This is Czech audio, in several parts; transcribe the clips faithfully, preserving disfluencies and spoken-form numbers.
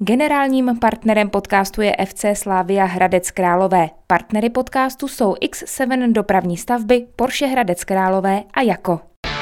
Generálním partnerem podcastu je F C Slavia Hradec Králové. Partnery podcastu jsou X sedm Dopravní stavby, Porsche Hradec Králové a Jako.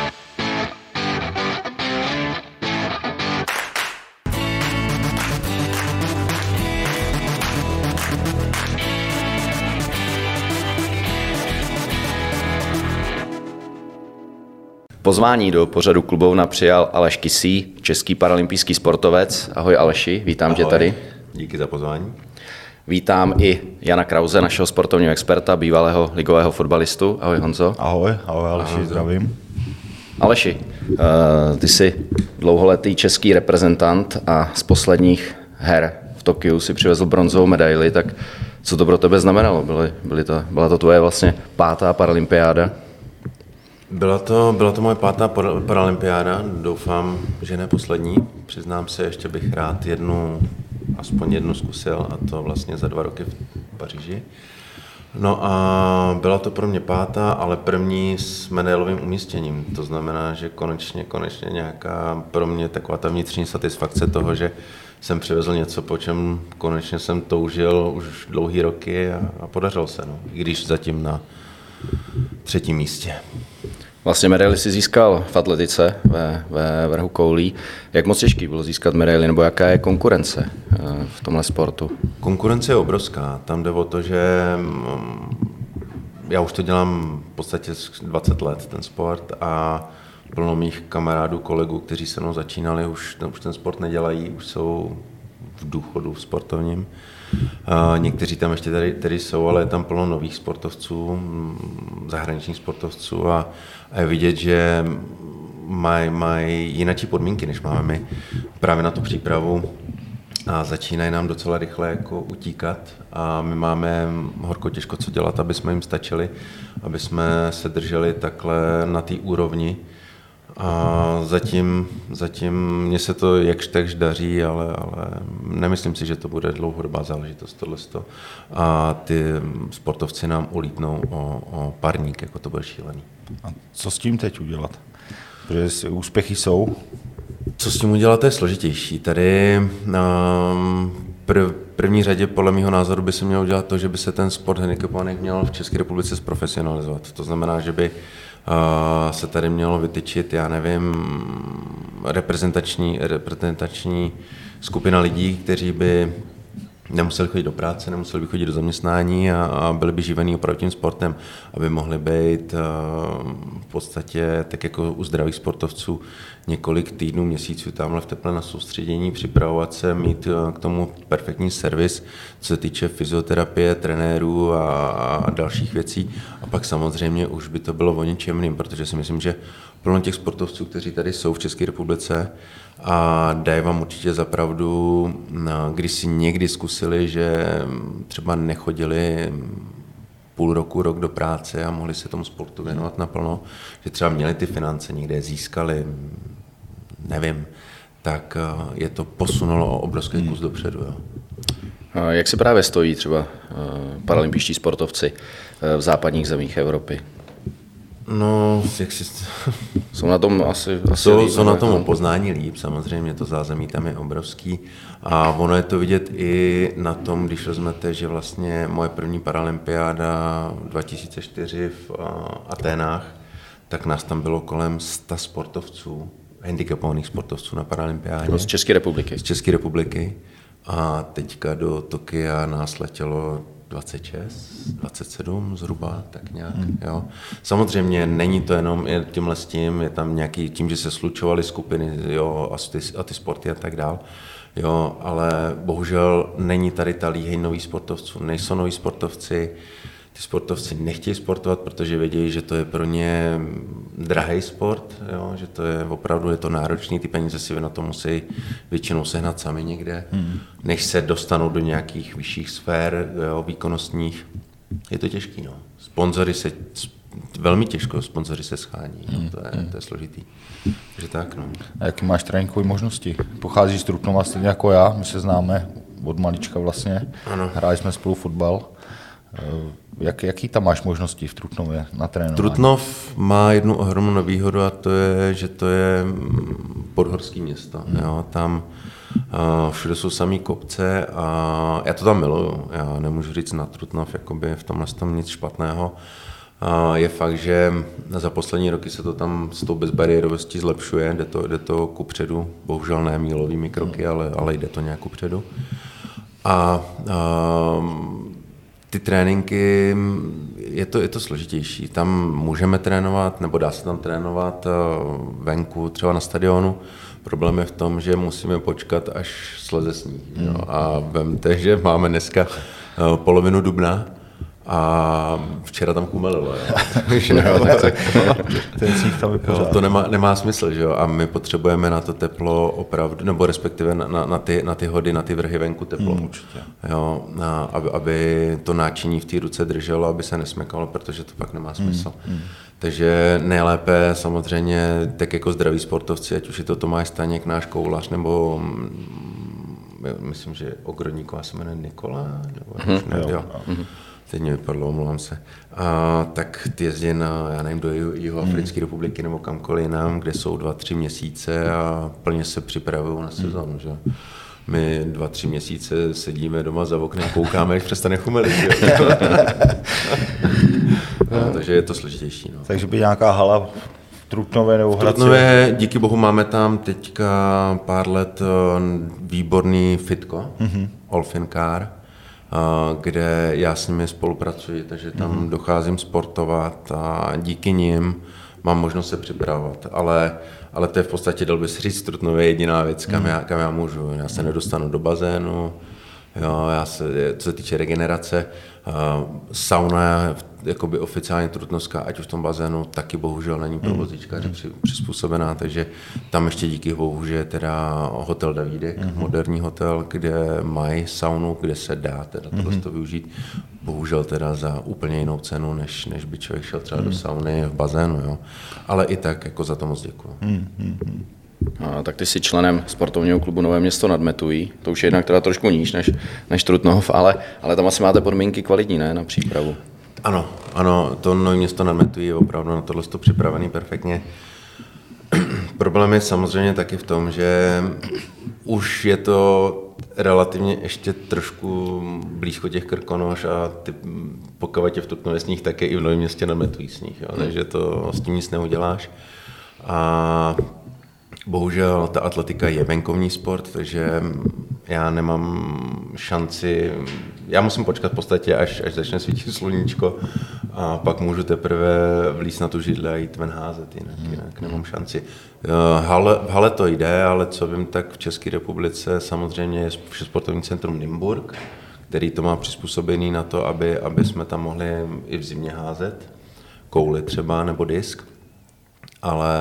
Pozvání do pořadu Klubovna přijal Aleš Kysý, český paralympijský sportovec. Ahoj Aleši, vítám Ahoj. tě tady. Díky za pozvání. Vítám i Jana Krause, našeho sportovního experta, bývalého ligového fotbalistu. Ahoj Honzo. Ahoj, ahoj Aleši, ahoj, zdravím. Aleši, ty jsi dlouholetý český reprezentant a z posledních her v Tokiu si přivezl bronzovou medaili, tak co to pro tebe znamenalo? Byly, byly to, byla to tvoje vlastně pátá paralympiáda? Byla to, byla to moje pátá paralympiáda, doufám, že ne poslední. Přiznám se, ještě bych rád jednu, aspoň jednu zkusil, a to vlastně za dva roky v Paříži. No a byla to pro mě pátá, ale první s medailovým umístěním. To znamená, že konečně, konečně nějaká pro mě taková ta vnitřní satisfakce toho, že jsem přivezl něco, po čem konečně jsem toužil už dlouhý roky a, a podařilo se, no. I když zatím na třetím místě. Vlastně medaili si získal v atletice ve, ve vrhu koulí. Jak moc těžký bylo získat medaili, nebo jaká je konkurence v tomhle sportu? Konkurence je obrovská. Tam jde o to, že já už to dělám v podstatě dvacet let, ten sport, a plno mých kamarádů, kolegů, kteří se mnou začínali, už, už ten sport nedělají, už jsou v důchodu sportovním. Uh, někteří tam ještě tady, tady jsou, ale je tam plno nových sportovců, zahraničních sportovců a, a je vidět, že mají maj jinačí podmínky, než máme my právě na tu přípravu a začínají nám docela rychle jako utíkat a my máme horko těžko co dělat, aby jsme jim stačili, aby jsme se drželi takhle na té úrovni. A zatím, zatím mně se to jakž takž daří, ale, ale nemyslím si, že to bude dlouhodobá záležitost tohleto. A ty sportovci nám ulítnou o, o parník, jako to bude šílený. A co s tím teď udělat? Protože úspěchy jsou. Co s tím udělat, je složitější. Tady um, prv, první řadě podle mého názoru by se mělo udělat to, že by se ten sport handicapovaných měl v České republice zprofesionalizovat. To znamená, že by Uh, se tady mělo vytyčit, já nevím, reprezentační, reprezentační skupina lidí, kteří by nemuseli chodit do práce, nemuseli by chodit do zaměstnání a, a byli by živení opravdu tím sportem, aby mohli být uh, v podstatě tak jako u zdravých sportovců několik týdnů, měsíců tamhle v teple na soustředění, připravovat se, mít uh, k tomu perfektní servis, co se týče fyzioterapie, trenérů a, a dalších věcí. A pak samozřejmě už by to bylo o ničem jiným, protože si myslím, že plno těch sportovců, kteří tady jsou v České republice, a dají vám určitě za pravdu, když si někdy zkusili, že třeba nechodili půl roku, rok do práce a mohli se tomu sportu věnovat naplno, že třeba měli ty finance, někde získali, nevím, tak je to posunulo o obrovský kus dopředu. Jo. Jak se právě stojí třeba paralympijští sportovci v západních zemích Evropy? No, jak si... Jsou na tom asi, asi jsou, líp, jsou na tom poznání líp, samozřejmě to zázemí tam je obrovský a ono je to vidět i na tom, když vezmete, že vlastně moje první paralympiáda dva tisíce čtyři v Aténách, tak nás tam bylo kolem sta sportovců, handicapovaných sportovců na paralympiádě. Z České republiky. Z České republiky a teďka do Tokia nás letělo dvacet šest, dvacet sedm zhruba, tak nějak, hmm. jo. Samozřejmě není to jenom tímhle s tím, je tam nějaký, tím, že se slučovaly skupiny, jo, a ty, a ty sporty a tak dál, jo, ale bohužel není tady ta líheň nových sportovců, nejsou noví sportovci, ty sportovci nechtějí sportovat, protože vědí, že to je pro ně drahý sport, jo, že to je opravdu je to náročný, ty peníze si na to musí většinou sehnat sami někde, hmm. než se dostanou do nějakých vyšších sfér, jo, výkonnostních. Je to těžký, no. Sponzory se, velmi těžko sponzory se schání, hmm. no, to, je, to je složitý. Takže tak, no. A jaký máš tréninkové možnosti? Pocházíš z Trutnova stejně jako já, my se známe od malička vlastně, ano. Hráli jsme spolu fotbal. Jak, jaký tam máš možnosti v Trutnově na trénování? Trutnov má jednu ohromnou nevýhodu a to je, že to je podhorský město. Hmm. Jo, tam uh, všude jsou samý kopce a já to tam miluju. Já nemůžu říct na Trutnov, jakoby v tomhle tom nic špatného. Uh, je fakt, že za poslední roky se to tam s tou bezbariérovostí zlepšuje, jde to, jde to kupředu, bohužel ne mílovými kroky, hmm. ale, ale jde to nějak kupředu. A uh, ty tréninky, je to, je to složitější. Tam můžeme trénovat, nebo dá se tam trénovat venku, třeba na stadionu. Problém je v tom, že musíme počkat, až sleze sníh. Mm. A vemte, že máme dneska polovinu dubna a včera tam kumelilo. Ten sníh tam je pořád. To nemá, nemá smysl, že jo? A my potřebujeme na to teplo opravdu, nebo respektive na, na, na, ty, na ty hody, na ty vrhy venku teplo. Mm, určitě. Jo, a, aby, aby to náčiní v té ruce drželo, aby se nesmekalo, protože to pak nemá smysl. Mm, mm. Takže nejlépe samozřejmě, tak jako zdraví sportovci, ať už je to Tomáš Staněk, náš koulař, nebo myslím, že Ogrodníková se jmenuje Nikola, nebo mm, ne, jo. jo. Mm. Teď mě vypadlo, omlouvám se. A, tak ty jezdí na, já nevím, do Jihoafrické republiky nebo kamkoliv jinam, kde jsou dva, tři měsíce a plně se připravují na sezónu, že? My dva, tři měsíce sedíme doma za oknem, koukáme, až přestane chumelit, že? No, takže je to složitější. No. Takže by nějaká hala v Trutnově nebo Hradci? Trutnově, díky bohu, máme tam teďka pár let výborný fitko, mm-hmm. Olfin Car, kde já s nimi spolupracuji, takže tam mm. docházím sportovat a díky nim mám možnost se připravovat, ale, ale to je v podstatě, dal by se říct, Trutnově jediná věc, kam, mm. já, kam já můžu. Já se nedostanu do bazénu, jo, já se, co se týče regenerace, uh, sauna je jakoby oficiálně trutnovská, ať už v tom bazénu, taky bohužel není pro vozíčkaře mm. přizpůsobená, takže tam ještě díky bohu, že je teda hotel Davídek, mm. moderní hotel, kde mají saunu, kde se dá teda tohle mm. to využít, bohužel teda za úplně jinou cenu, než, než by člověk šel třeba mm. do sauny v bazénu, jo. Ale i tak jako za to moc děkuju. Mm. A, tak ty jsi členem sportovního klubu Nové Město nad Metují, to už je jednak teda trošku níž než, než Trutnov, ale, ale tam asi máte podmínky kvalitní, ne, na přípravu? Ano, ano, to Nové Město nad Metují je opravdu na tohle připravený perfektně. Problém je samozřejmě taky v tom, že už je to relativně ještě trošku blízko těch Krkonoš a ty, pokud je v Trutnově sníh, tak je i v Novém Městě nad Metují sníh, jo, takže to s tím nic neuděláš. A bohužel ta atletika je venkovní sport, takže já nemám šanci, já musím počkat v podstatě, až, až začne svítit sluníčko a pak můžu teprve vlízt na tu židli a jít ven házet, jinak, jinak nemám šanci. Hale, v hale to jde, ale co vím, tak v České republice samozřejmě je sportovní centrum Nymburk, který to má přizpůsobený na to, aby, aby jsme tam mohli i v zimě házet, kouli třeba nebo disk. Ale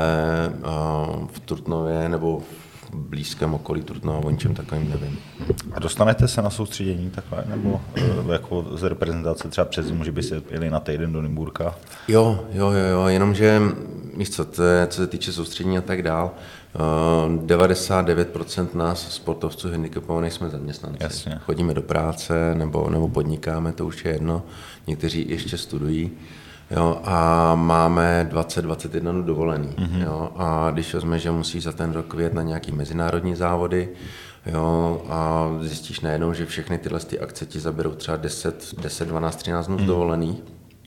uh, v Trutnově nebo v blízkém okolí Trutnova o ničem takovým nevím. A dostanete se na soustředění takhle, nebo uh, jako z reprezentace třeba přes zimu, že by se jeli na týden do Nymburka? Jo, jo, jo, jo, jenomže, víš co, to je, co se týče soustředění a tak dál, uh, devadesát devět procent nás sportovců handicapovaných jsme zaměstnanci. Jasně. Chodíme do práce nebo, nebo podnikáme, to už je jedno, někteří ještě studují. Jo, a máme dvacet dvacet jedna dnů dovolený. Mm-hmm. Jo, a když vezme, že musíš za ten rok vyjet na nějaký mezinárodní závody, jo, a zjistíš najednou, že všechny tyhle ty akce ti zaberou třeba deset, dvanáct, třináct dnů mm. dovolený,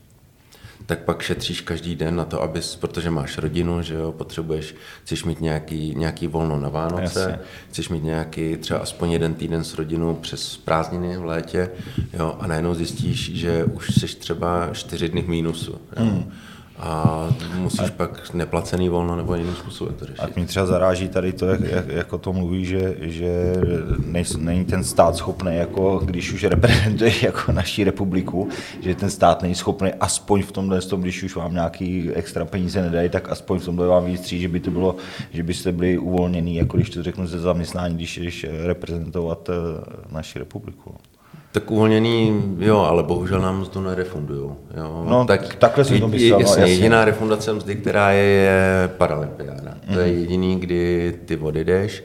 tak pak šetříš každý den na to, abys, protože máš rodinu, že jo, potřebuješ, chceš mít nějaký, nějaký volno na Vánoce, Jasně. chceš mít nějaký třeba aspoň jeden týden s rodinou přes prázdniny v létě, jo, a najednou zjistíš, že už jsi třeba čtyři dny v mínusu, jo. Hmm. A musíš a, pak neplacený volno nebo jiným způsobem to řešit. A mě třeba zaráží tady to, jak, jak, jak o tom mluví, že, že nej, není ten stát schopný, jako když už reprezentuješ jako naší republiku, že ten stát není schopný aspoň v tomhle, když už vám nějaký extra peníze nedají, tak aspoň v tomhle vám vystříct, že by to bylo, že byste byli uvolněný, jako když to řeknu ze zaměstnání, když jdeš reprezentovat naši republiku. Tak uvolněný, jo, ale bohužel nám mzdu nerefundujou. Jo. No, tak, takhle jsem to myslel. Jasně, jediná refundace mzdy, která je, je paralympiáda. Mm. To je jediný, kdy ty odejdeš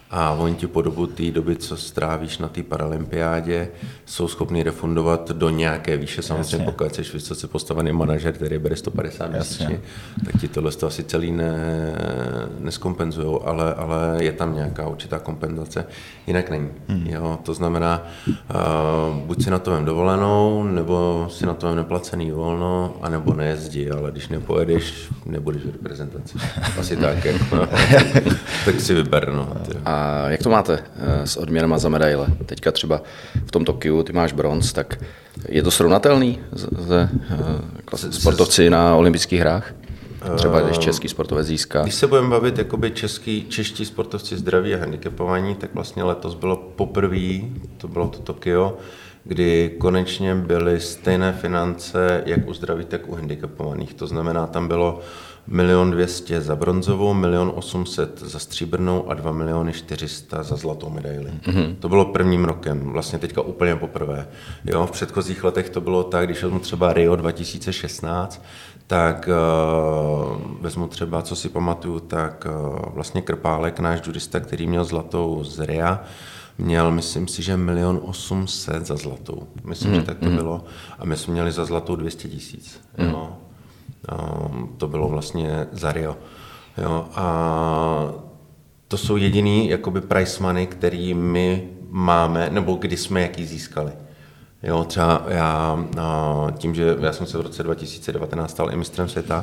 a oni ti po dobu té doby, co strávíš na té paralympiádě, jsou schopni refundovat do nějaké výše. Samozřejmě, pokud jsi vysoce postavený manažer, který bere sto padesát měsíčně, tak ti tohle to asi celý ne, neskompenzujou, ale, ale je tam nějaká určitá kompenzace, jinak není. Hmm. Jo, to znamená, uh, buď si na to vem dovolenou, nebo si na to vem neplacený volno, anebo nejezdí, ale když nepojedeš, nebudeš v reprezentaci. Asi tak, jako, tak si vyber. No, a jak to máte s odměnama za medaile? Teďka třeba v tom Tokiu ty máš bronz, tak je to srovnatelný se sportovci na olympijských hrách? Třeba když český sportovec získá? Když se budeme bavit, jakoby český, čeští sportovci zdraví a handicapovaní, tak vlastně letos bylo poprvé, to bylo to Tokio, kdy konečně byly stejné finance jak u zdraví, tak u handicapovaných. To znamená, tam bylo milion dvěstě za bronzovou, milion osm set za stříbrnou a dva miliony čtyři sta za zlatou medaili. Mm-hmm. To bylo prvním rokem, vlastně teďka úplně poprvé. Jo, v předchozích letech to bylo tak, když vezmu třeba Rio dva tisíce šestnáct, tak uh, vezmu třeba, co si pamatuju, tak uh, vlastně Krpálek, náš judista, který měl zlatou z Ria, měl, myslím si, že milion osm set za zlatou. Myslím, mm-hmm. že tak to bylo. A my jsme měli za zlatou dvě stě tisíc. Mm-hmm. Jo. Um, to bylo vlastně za Rio. Jo. A to jsou jediný jakoby prize money, který my máme, nebo kdy jsme jaký získali. Jo, třeba já tím, že já jsem se v roce dva tisíce devatenáct stal i mistrem světa,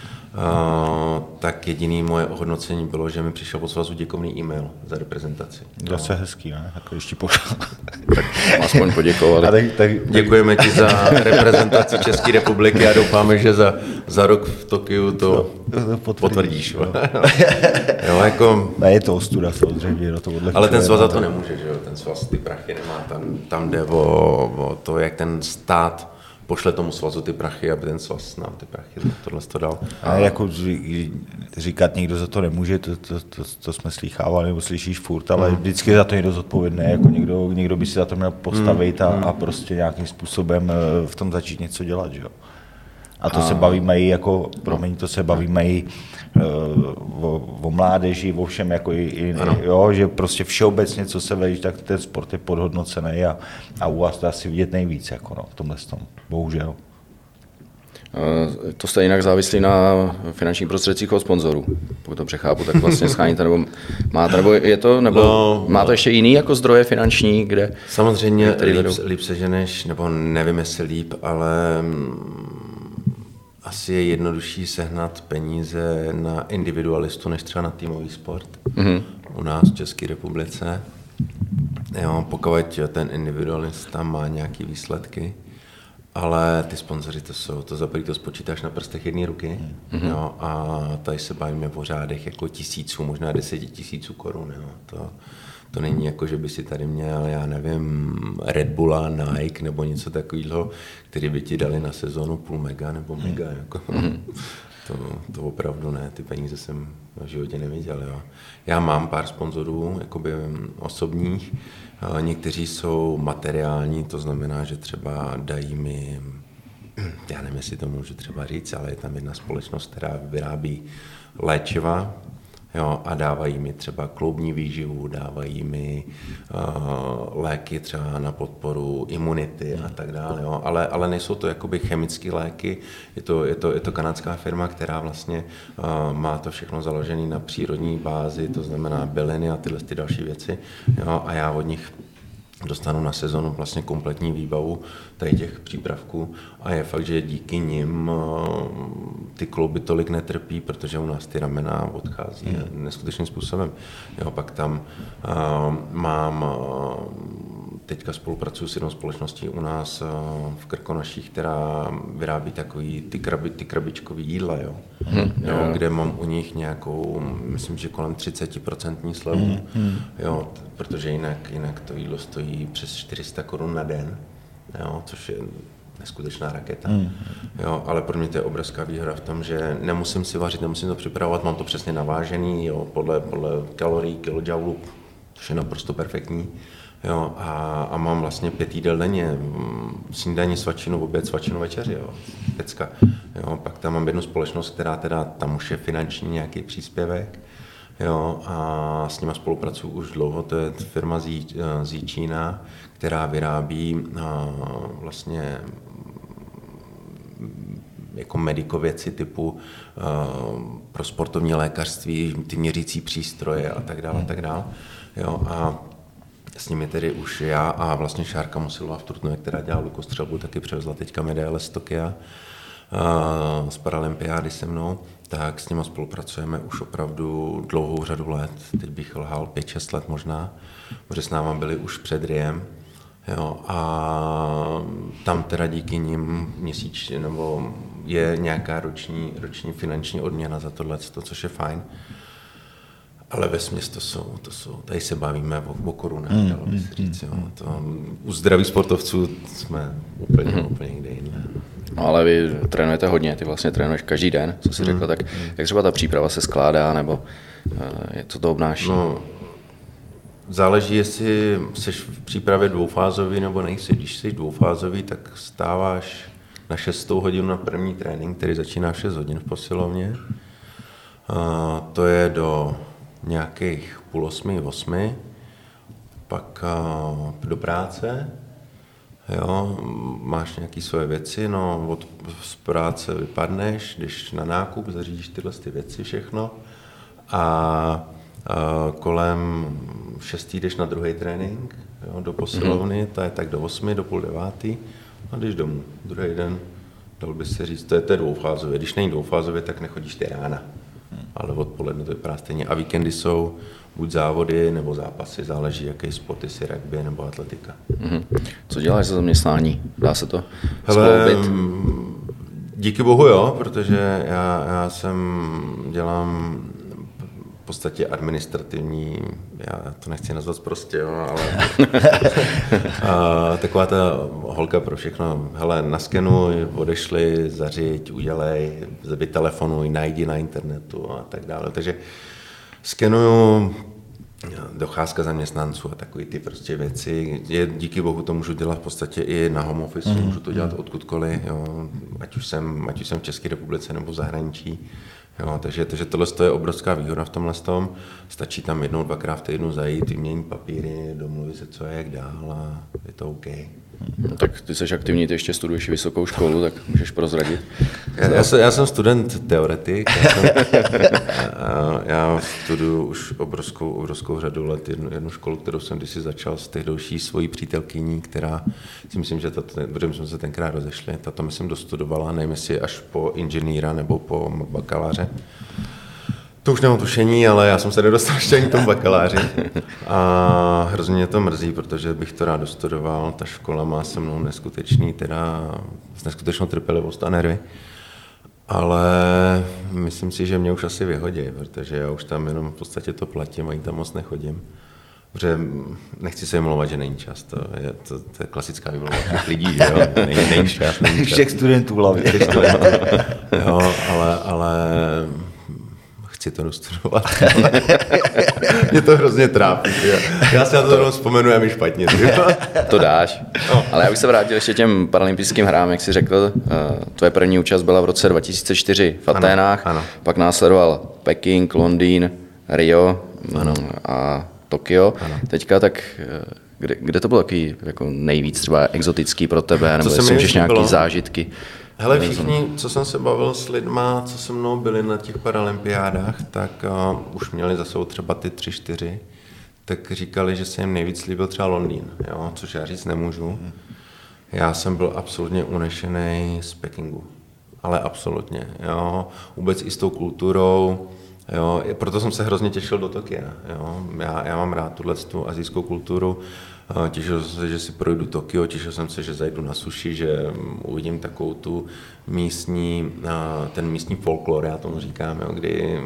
Uh, tak jediný moje ohodnocení bylo, že mi přišel od svazu děkovný e-mail za reprezentaci. Zase no. Hezký, ne? Tak ještě pošel. Tak aspoň poděkovali. Tak, tak, děkujeme ti za reprezentaci České republiky a doufáme, že za, za rok v Tokiu to, to, to potvrdíš. Jo. Jo, jako, ne, je to ostuda samozřejmě. No to ale ten svaz za to nemůže, že jo? Ten svaz ty prachy nemá, tam, tam jde o, o to, jak ten stát pošle tomu svazu ty prachy, aby ten svaz nám ty prachy tohle to dal. A jako říkat, někdo za to nemůže, to, to, to, to jsme slýchávali, nebo slyšíš furt, ale mm. vždycky za to někdo zodpovědný, jako někdo, někdo by si za to měl postavit a, a prostě nějakým způsobem v tom začít něco dělat, že jo. A to a... se bavíme i jako, promiň, to se bavíme i uh, o, o mládeži, o všem, jako i, i jo, že prostě všeobecně, co se vejí, tak ten sport je podhodnocený a, a u vás to asi vidět nejvíc, jako no, v tomhle tom, bohužel. To jste jinak závislí na finančních prostředcích od sponzorů, pokud to přechápu, tak vlastně scháníte, nebo máte, nebo je to, nebo no, máte ještě jiný jako zdroje finanční, kde? Samozřejmě líp, líp seženeš, nebo nevím, jestli líp, ale asi je jednodušší sehnat peníze na individualistu, než třeba na týmový sport. Mm-hmm. U nás v České republice. Jo, pokud ten individualista má nějaké výsledky, ale ty sponzoři to jsou, to za první to spočítáš na prstech jedné ruky, mm-hmm. jo, a tady se bavíme o řádech jako tisíců, možná deseti tisíců korun. Jo. To, to není jako, že by si tady měl, já nevím, Red Bulla, Nike nebo něco takového, který by ti dali na sezónu půl mega nebo mega. Mm. Jako. Mm. To, to opravdu ne, ty peníze jsem v životě neviděl. Jo. Já mám pár sponzorů jakoby osobních, někteří jsou materiální, to znamená, že třeba dají mi, já nevím, jestli to můžu třeba říct, ale je tam jedna společnost, která vyrábí léčiva, jo, a dávají mi třeba kloubní výživu, dávají mi uh, léky třeba na podporu imunity a tak dále, jo. Ale, ale nejsou to jakoby chemické léky, je to, je, to, je to kanadská firma, která vlastně uh, má to všechno založené na přírodní bázi, to znamená byliny a tyhle ty další věci, jo, a já od nich dostanu na sezonu vlastně kompletní výbavu tady těch přípravků a je fakt, že díky nim ty klouby tolik netrpí, protože u nás ty ramena odchází hmm. neskutečným způsobem. Jo, pak tam uh, mám, uh, teďka spolupracuji s jednou společností u nás uh, v Krkonoších, která vyrábí takový ty, krabi, ty krabičkový jídla, jo. Hmm. Jo, kde mám u nich nějakou, myslím, že kolem třicet procent slevu, hmm. jo, protože jinak, jinak to jídlo stojí přes čtyři sta korun na den, jo, což je neskutečná raketa. Mm. Jo, ale pro mě to je obrovská výhoda v tom, že nemusím si vařit, nemusím to připravovat, mám to přesně navážený, jo, podle, podle kalorií, kilojoulů, což je naprosto perfektní. Jo, a, a mám vlastně pět jídel denně, snídaní, svačinu, oběd, svačinu, večeři, jo, pecka. Jo, pak tam mám jednu společnost, která teda, tam už je finanční nějaký příspěvek, Jo, a s nima spolupracuju už dlouho, to je firma Zíčína, která vyrábí vlastně jako medikověci typu pro sportovní lékařství, ty měřící přístroje a tak dále, a tak dále. Jo, a s nimi tedy už já a vlastně Šárka Musilová v Trutnově, která dělá lukostřelbu, taky převezla teďka medaile z Tokia, z Paralympiády se mnou, tak s nimi spolupracujeme už opravdu dlouhou řadu let, teď bych lhal pět šest let možná, protože s náma byli už před Riem. Jo, a tam teda díky nim měsíčně nebo je nějaká roční, roční finanční odměna za tohle, což je fajn. Ale vesměs to jsou, to jsou, tady se bavíme o, o korunách, mm, dalo by se říct. Jo. To, u zdravých sportovců jsme úplně, mm. úplně někde jinde. No, ale vy trénujete hodně, ty vlastně trénuješ každý den, co jsi mm. řekl, tak jak třeba ta příprava se skládá, nebo je to to obnáší? No, záleží, jestli jsi v přípravě dvoufázový nebo nejsi. Když jsi dvoufázový, tak stáváš na šestou hodinu na první trénink, který začíná v šest hodin v posilovně. A to je do nějakých půl osmi, osmi, pak do práce, jo, máš nějaké svoje věci, no, od z práce vypadneš, jdeš na nákup, zařídíš tyhle ty věci všechno a, a kolem šestý jdeš na druhý trénink, jo, do posilovny, mm-hmm. to je tak do osmi, do půl devátý a jdeš domů. Druhý den, dal by se říct, to je, to je dvoufázově. Když není dvoufázově, tak nechodíš ty rána. Ale odpoledne to vypadá stejně. A víkendy jsou buď závody nebo zápasy, záleží, jaký sport, jestli rugby nebo atletika. Mm-hmm. Co děláš za zaměstnání? Dá se to Hele, díky bohu jo, protože já, já jsem dělám v podstatě administrativní, já to nechci nazvat prostě, jo, ale a, taková ta holka pro všechno. Hele, naskenuj, odešli, zařiď, udělej, vytelefonuj, najdi na internetu a tak dále. Takže skenuju, docházka zaměstnanců a takový ty prostě věci. Je, díky bohu to můžu dělat v podstatě i na home office, mm. můžu to dělat odkudkoliv, jo, ať už jsem, ať už jsem v České republice nebo v zahraničí. Jo, takže, takže tohle je obrovská výhoda v tomhle tom. Stačí tam jednou, dvakrát v týdnu zajít, vyměnit papíry, domluvit se, co je, jak dál a je to OK. No, tak ty jsi aktivní, ty ještě studuješ vysokou školu, tak můžeš prozradit. Já, já, jsem, já jsem student teoretik. Já, jsem, já, já studuju už obrovskou, obrovskou řadu let jednu, jednu školu, kterou jsem kdysi začal s tehdouší svojí přítelkyní, která si myslím, že tato, protože jsme se tenkrát rozešli, tato myslím dostudovala, nevím jestli až po inženýra nebo po bakaláře. To už nemám tušení, ale já jsem se nedostal ještě ani k tomu bakaláři a hrozně mě to mrzí, protože bych to rád dostudoval. Ta škola má se mnou neskutečný, teda neskutečnou trpělivost a nervy, ale myslím si, že mě už asi vyhodí, protože já už tam jenom v podstatě to platím, ani tam moc nechodím. Protože nechci se vymlouvat, že není čas, to je, to, to je klasická vymlouva těch lidí, že jo, není, není čas, není čas. Všech studentů hlavně. Jo, ale, ale chci to dostudovat. Mě to hrozně trápí. Já si na to jenom vzpomenu, já mi špatně. To dáš. No. Ale já bych se vrátil ještě těm paralympijským hrám, jak jsi řekl. Tvoje první účast byla v roce dva tisíce čtyři v Aténách, ano, ano. Pak následoval Peking, Londýn, Rio ano. a Tokio. Ano. Teďka tak, kde, kde to bylo takový jako nejvíc třeba exotický pro tebe, nebo jestli můžeš nějaký bylo? zážitky? Hele, všichni, co jsem se bavil s lidma, co se mnou byli na těch paralympiádách, tak uh, už měli za sebou třeba ty tři, čtyři, tak říkali, že se jim nejvíc líbil třeba Londýn, jo, což já říct nemůžu. Já jsem byl absolutně unešený z Pekingu, ale absolutně, jo, vůbec i s tou kulturou, jo, proto jsem se hrozně těšil do Tokia, jo, já, já mám rád tuhle tu asijskou kulturu. Těšil jsem se, že si projdu Tokio, těšil jsem se, že zajdu na sushi, že uvidím takovou tu místní, ten místní folklor, já tomu říkám, jo, kdy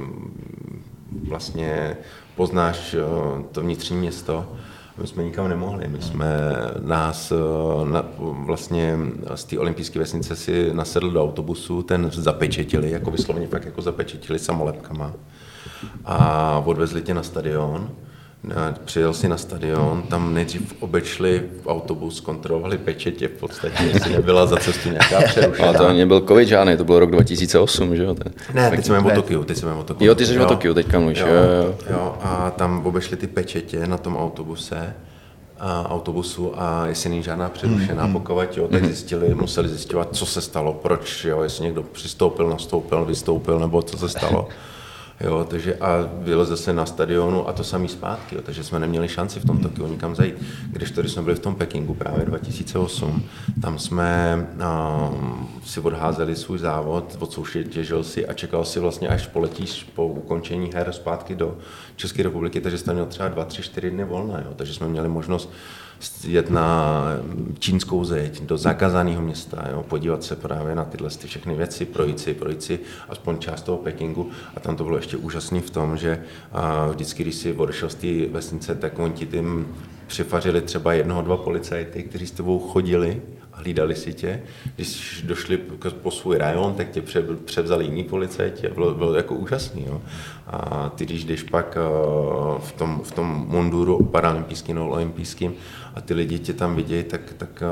vlastně poznáš to vnitřní město. My jsme nikam nemohli, my jsme nás na, vlastně z té olympijské vesnice si nasedl do autobusu, ten zapečetili, jako vyslovně fakt jako zapečetili samolepkama a odvezli tě na stadion. Přijel si na stadion, tam nejdřív obešli autobus, kontrolovali pečetě v podstatě, jestli nebyla za cestu nějaká přerušená. Ale to nebyl covid žádný, to byl rok dva tisíce osm, že jo? Ten... Ne, teď jsme o Tokiu, teď jsme o Tokiu. Jo, ty jsi o Tokiu, teďka mluvíš. Jo, jo, jo, a tam obešli ty pečetě na tom autobuse, a autobusu a jestli není žádná přerušená, mm, pokud jo, tak zjistili, museli zjistit, co se stalo, proč, jo, jestli někdo přistoupil, nastoupil, vystoupil, nebo co se stalo. Jo, takže a vylezli se na stadionu a to samý zpátky, jo, takže jsme neměli šanci v tom Tokiu nikam zajít. Když tady jsme byli v tom Pekingu právě dva tisíce osm, tam jsme um, si odházeli svůj závod, odsoutěžil si a čekal si vlastně, až poletíš po ukončení her zpátky do České republiky, takže jste měl třeba dva, tři, čtyři dny volna, jo, takže jsme měli možnost jet na čínskou zeď, do zakázaného města, jo, podívat se právě na tyhle ty všechny věci, projít si, projít si aspoň část toho Pekingu a tam to bylo ještě úžasný v tom, že a, vždycky, když si odešel z té vesnice, tak oni ti tím přifařili třeba jednoho, dva policajty, kteří s tebou chodili a hlídali si tě. Když došli po svůj rajon, tak tě převzali jiní policajti a bylo, bylo jako úžasný. Jo. A ty, když jdeš pak v tom, v tom munduru paralympijským nebo olympijským a ty lidi tě tam vidějí, tak, tak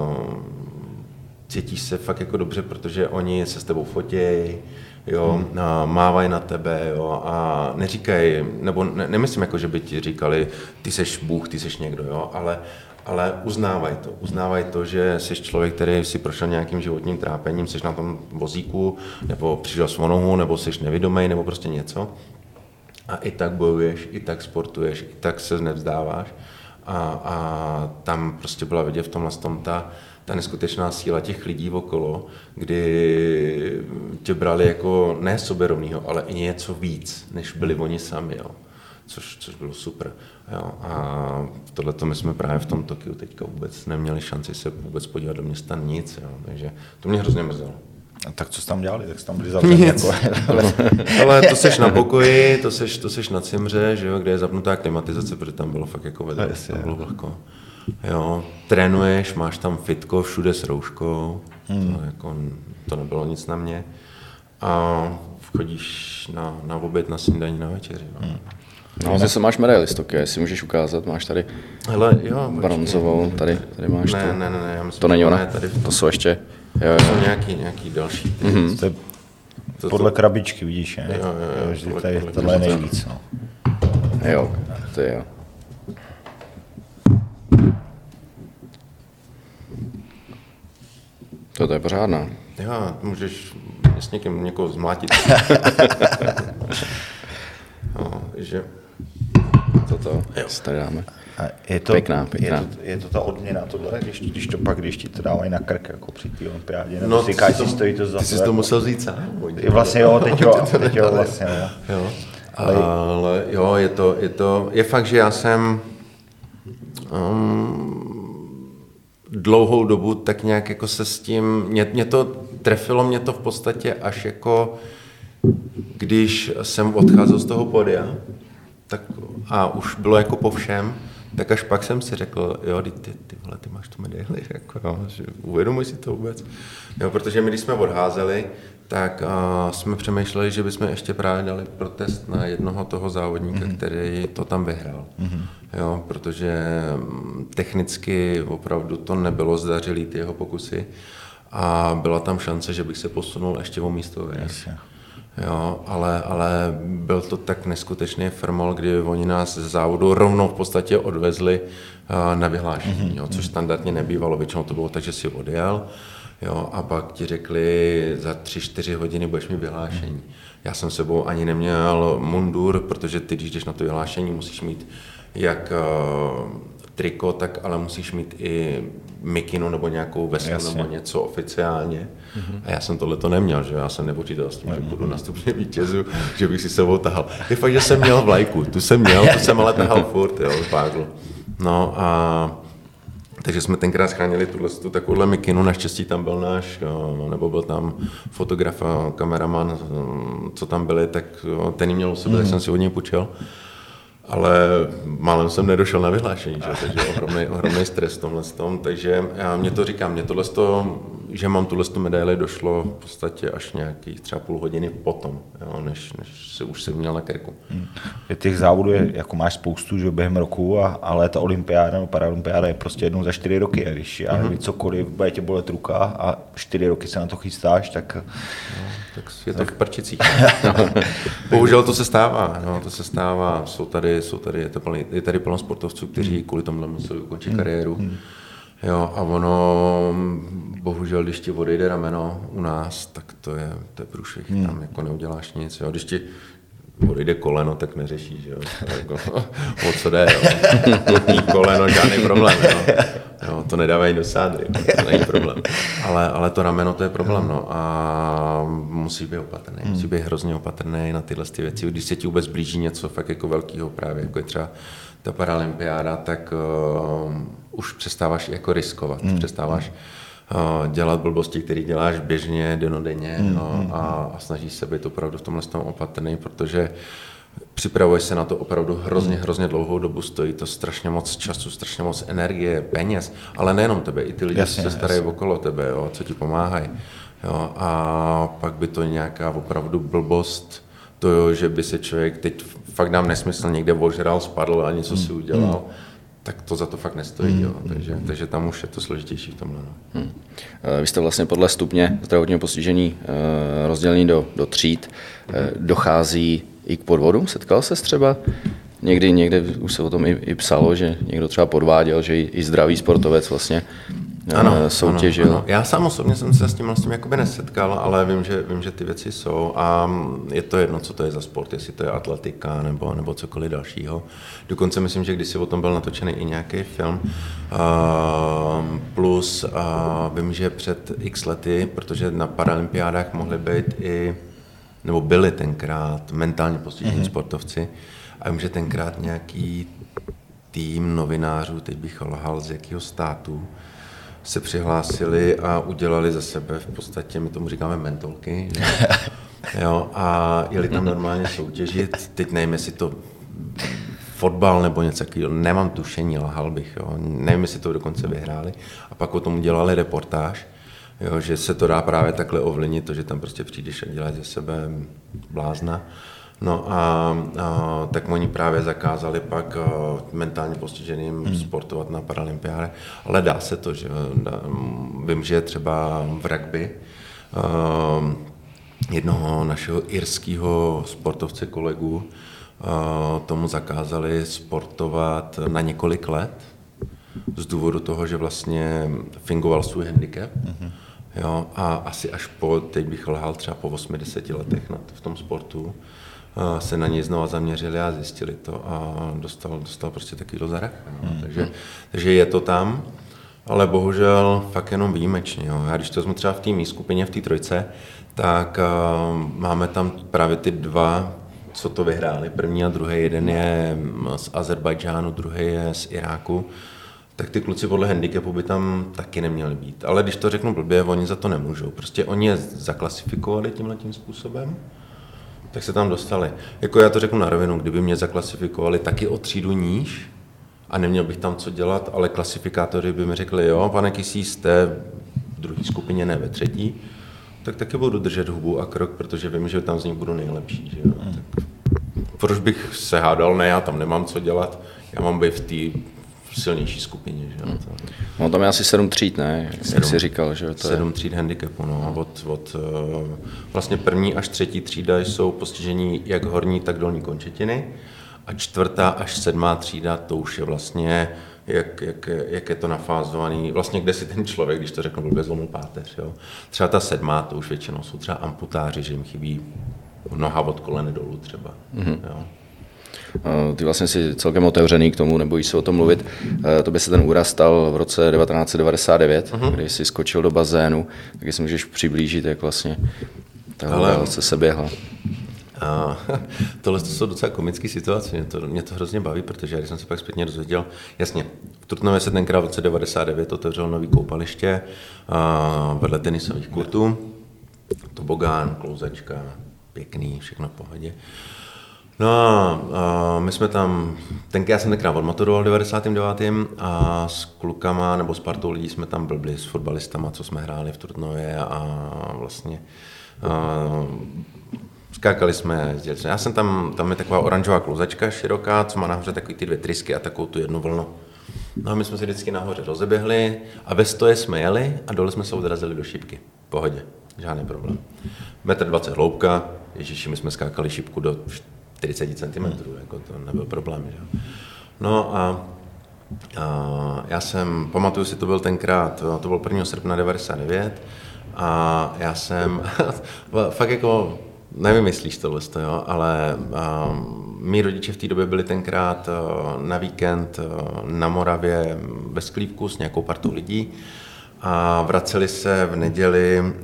cítíš se fakt jako dobře, protože oni se s tebou fotějí, jo, a mávají na tebe, jo, a neříkají, nebo ne, nemyslím jako, že by ti říkali, ty seš Bůh, ty seš někdo, jo, ale, ale uznávají to, uznávají to, že jsi člověk, který si prošel nějakým životním trápením, jsi na tom vozíku, nebo přišel s nohu, nebo jsi nevidomý, nebo prostě něco. A i tak bojuješ, i tak sportuješ, i tak se nevzdáváš. A, a tam prostě byla vidět v tomhle tom ta, ta neskutečná síla těch lidí okolo, kdy tě brali jako ne soberovnýho, ale i něco víc, než byli oni sami, jo. Což, což bylo super. Jo. A tohleto my jsme právě v tom Tokiu teďka vůbec neměli šanci se vůbec podívat do města nic, jo. Takže to mě hrozně mrzelo. A tak co jsi tam dělali? Tak jsi tam byli zavřeni jako... Ale to seš na pokoji, to seš, to seš na cimře, že jo, kde je zapnutá klimatizace, protože tam bylo fakt jako vedle, tam bylo vlhko. Jo, trénuješ, máš tam fitko, všude s rouškou, hmm. to, jako, to nebylo nic na mě. A chodíš na, na oběd, na snídaní, na večeři. No. Hmm. No, zase máš medaili z Tokia, jestli můžeš ukázat, máš tady hele, jo, bronzovou, tady, tady máš ne, to. Ne, ne, ne, já myslím, to není ona, ne, tady to jsou ještě, jo, jo. To jsou nějaký, nějaký další. Mm-hmm. To je to, podle to... krabičky, vidíš, ne? Jo, jo, jo, podle, tady, tohle je nejvíc, no. Jo, to je jo. To je pořádná. Jo, můžeš s někým někoho zmlátit. No, že... Toto, si tady dáme. A je to, pěkná, pěkná. Je to, je to ta odměna tohle, když, když to pak, když ti to dávají na krk, jako při té olympiádě, no, ty si stojí to za ty jsi to musel říct sám. Vlastně jo, teď jo, teď jo, vlastně jo. jo. Ale, ale jo, je to, je to, je fakt, že já jsem um, dlouhou dobu tak nějak jako se s tím, mě, mě to trefilo mě to v podstatě až jako, když jsem odcházel z toho pódia, tak a už bylo jako po všem, tak až pak jsem si řekl, jo, ty, ty, ty vole, ty máš tu medaili, jako jo, že uvědomuj si to vůbec. Jo, protože my, když jsme odházeli, tak uh, jsme přemýšleli, že bychom ještě právě dali protest na jednoho toho závodníka, mm-hmm. který to tam vyhrál. Mm-hmm. Jo, protože technicky opravdu to nebylo zdařilý, ty jeho pokusy, a byla tam šance, že bych se posunul ještě o místo vejš. Jo, ale, ale byl to tak neskutečný firmol, kdy oni nás ze závodu rovnou v podstatě odvezli uh, na vyhlášení, mm-hmm. jo, což standardně nebývalo, většinou to bylo tak, že si odjel, jo, a pak ti řekli, za tři, čtyři hodiny budeš mít vyhlášení. Já jsem sebou ani neměl mundur, protože ty, když jdeš na to vyhlášení, musíš mít jak uh, triko, tak ale musíš mít i mikinu nebo nějakou vestu nebo něco oficiálně. Mm-hmm. A já jsem tohleto neměl, že já jsem nepočítal s tím, že budu na stupně vítězů, že bych si sebou tahal. Je fakt, že jsem měl vlajku, tu jsem měl, tu jsem ale tahal furt, jo, págl. No a takže jsme tenkrát schránili tuhle tu takovouhle mikinu, naštěstí tam byl náš, jo, nebo byl tam fotograf a kameraman, co tam byli, tak jo, ten jí měl u sebe, mm-hmm. tak jsem si od něj půjčil. Ale málem jsem nedošel na vyhlášení, že? Takže ohromný, ohromný stres v tomhle tom, takže já mě to říkám, mě tohle to, že mám tuhle medaili, došlo v podstatě až nějakých třeba půl hodiny potom, jo, než, než se už jsem měl na krku. Hmm. Těch závodů je, jako máš spoustu, že během roku, a, ale ta olympiáda nebo paralympiáda je prostě jednou za čtyři roky. A když já nevím, cokoliv, bude tě bolet ruka a čtyři roky se na to chystáš, tak... No, tak je to v prčicích. Bohužel to se stává, no, to se stává. Jsou tady, jsou tady, je, to plný, je tady plno sportovců, kteří kvůli tomu museli ukončit hmm. kariéru. Hmm. Jo, a ono, bohužel, když ti odejde rameno u nás, tak to je, to je průšvih, hmm. tam jako neuděláš nic. Jo. Když ti odejde koleno, tak neřešíš, jo. Jako, o co jde, jo. Potní koleno, žádný problém, jo. Jo, to nedávají do sádry, to není problém. Ale, ale to rameno, to je problém, no. A musí být opatrný, hmm. musí být hrozně opatrný na tyhle ty věci. Když se ti vůbec blíží něco fakt jako velkýho právě, jako je třeba ta paralympiáda, tak uh, už přestáváš jako riskovat, mm. přestáváš uh, dělat blbosti, které děláš běžně, denodenně mm. no, a, a snažíš se být opravdu v tomhle tom opatrný, protože připravuješ se na to opravdu hrozně, hrozně dlouhou dobu, stojí to strašně moc času, strašně moc energie, peněz, ale nejenom tebe, i ty lidi, jasně, co se starají okolo tebe, jo, co ti pomáhají. Jo, a pak by to nějaká opravdu blbost, to jo, že by se člověk teď fakt dám nesmysl, někde ožral, spadl a něco si udělal, hmm. tak to za to fakt nestojí. Hmm. Jo. Takže, takže tam už je to složitější v tomhle. No. Hmm. Vy jste vlastně podle stupně zdravotního postižení rozdělení do, do tříd. Hmm. Dochází i k podvodům? Setkal ses třeba? Někdy, někde už se o tom i, i psalo, že někdo třeba podváděl, že i, i zdravý sportovec vlastně ano, soutěžil. Ano, ano. Já sám osobně jsem se s tím, s tím jakoby nesetkal, ale vím že, vím, že ty věci jsou a je to jedno, co to je za sport, jestli to je atletika nebo, nebo cokoliv dalšího. Dokonce myslím, že když si o tom byl natočený i nějaký film. Uh, plus uh, vím, že před x lety, protože na paralympiádách mohly být i, nebo byli tenkrát mentálně postižení mm-hmm. sportovci a vím, že tenkrát nějaký tým novinářů, teď bych lhal z jakého státu, se přihlásili a udělali za sebe, v podstatě my tomu říkáme mentolky, že? Jo, a jeli tam normálně soutěžit, teď nevím, jestli to fotbal nebo něco takového, nemám tušení, lhal bych, jo. Nevím, jestli to dokonce vyhráli a pak o tom udělali reportáž, jo, že se to dá právě takhle ovlivnit, to, že tam prostě přijdeš a děláš ze sebe blázna. No a, a tak oni právě zakázali pak a, mentálně postiženým hmm. sportovat na paralympiáde, ale dá se to, že dá, vím, že třeba v rugby a, jednoho našeho irského sportovce kolegu a, tomu zakázali sportovat na několik let z důvodu toho, že vlastně fingoval svůj handicap. Hmm. Jo, a asi až po, teď bych lhal třeba po osmdesáti letech na to, v tom sportu, se na něj znova zaměřili a zjistili to a dostal, dostal prostě takovýhle zarach. No. Hmm. Takže, takže je to tam, ale bohužel fakt jenom výjimečně. Jo. Já když to vezmu třeba v té mý skupině, v té trojce, tak uh, máme tam právě ty dva, co to vyhráli. První a druhý, jeden je z Azerbajdžánu, druhý je z Iráku. Tak ty kluci podle handicapu by tam taky neměli být. Ale když to řeknu blbě, oni za to nemůžou. Prostě oni je zaklasifikovali tímhletím způsobem, tak se tam dostali. Jako já to řeknu na rovinu, kdyby mě zaklasifikovali taky o třídu níž a neměl bych tam co dělat, ale klasifikátoři by mi řekli, jo, pane Kysý, jste v druhé skupině, ne ve třetí, tak taky budu držet hubu a krok, protože vím, že tam z nich budu nejlepší. Že jo? Hmm. Tak proč bych se hádal, ne, já tam nemám co dělat, já mám být v té silnější skupině. Že? Hmm. No tam je asi sedm tříd, ne? Jak sedm, jsi říkal, že to sedm je... tříd handicapu, no. Od, od, vlastně první až třetí třída jsou postižení jak horní, tak dolní končetiny a čtvrtá až sedmá třída, to už je vlastně, jak, jak, jak je to nafázovaný, vlastně kde si ten člověk, když to řeknu, blbě zlomil páteř. Jo? Třeba ta sedmá, to už většinou jsou třeba amputáři, že jim chybí noha od kolene dolů třeba. Mm-hmm. Jo? Ty vlastně si celkem otevřený k tomu, nebojíš se o tom mluvit. To by se ten úraz stal v roce devatenáct set devadesát devět, uh-huh. kdy jsi skočil do bazénu, tak jestli můžeš přiblížit, jak vlastně ta se se běhla. A, tohle jsou docela komické situace, mě to, mě to hrozně baví, protože když jsem se pak zpětně dozvěděl, jasně, v Trutnově se tenkrát v roce devadesát devět otevřelo nový koupaliště a, vedle tenisových kurtů, tobogán, klouzačka, pěkný, všechno v pohodě. No a my jsme tam, tenkrát já jsem tenkrát odmaturoval v devadesátém devátém a s klukama nebo s partou lidí jsme tam blbli s fotbalistama, co jsme hráli v Trutnově a vlastně a skákali jsme, jezdili jsme. Já jsem tam, tam je taková oranžová klouzačka široká, co má nahoře takový ty dvě trysky a takovou tu jednu vlnu. No a my jsme se vždycky nahoře rozeběhli a ve stoje jsme jeli a dole jsme se odrazili do šipky. V pohodě, žádný problém. metr dvacet hloubka, ježiši, my jsme skákali šipku do čtyřicet centimetrů, jako to nebyl problém, že? No a, a já jsem, pamatuju si, to byl tenkrát, to byl prvního srpna devadesát devět a já jsem, fakt jako, nevymyslíš tohle, jo, ale um, mý rodiče v té době byli tenkrát uh, na víkend uh, na Moravě ve Sklívku s nějakou partou lidí a vraceli se v neděli uh,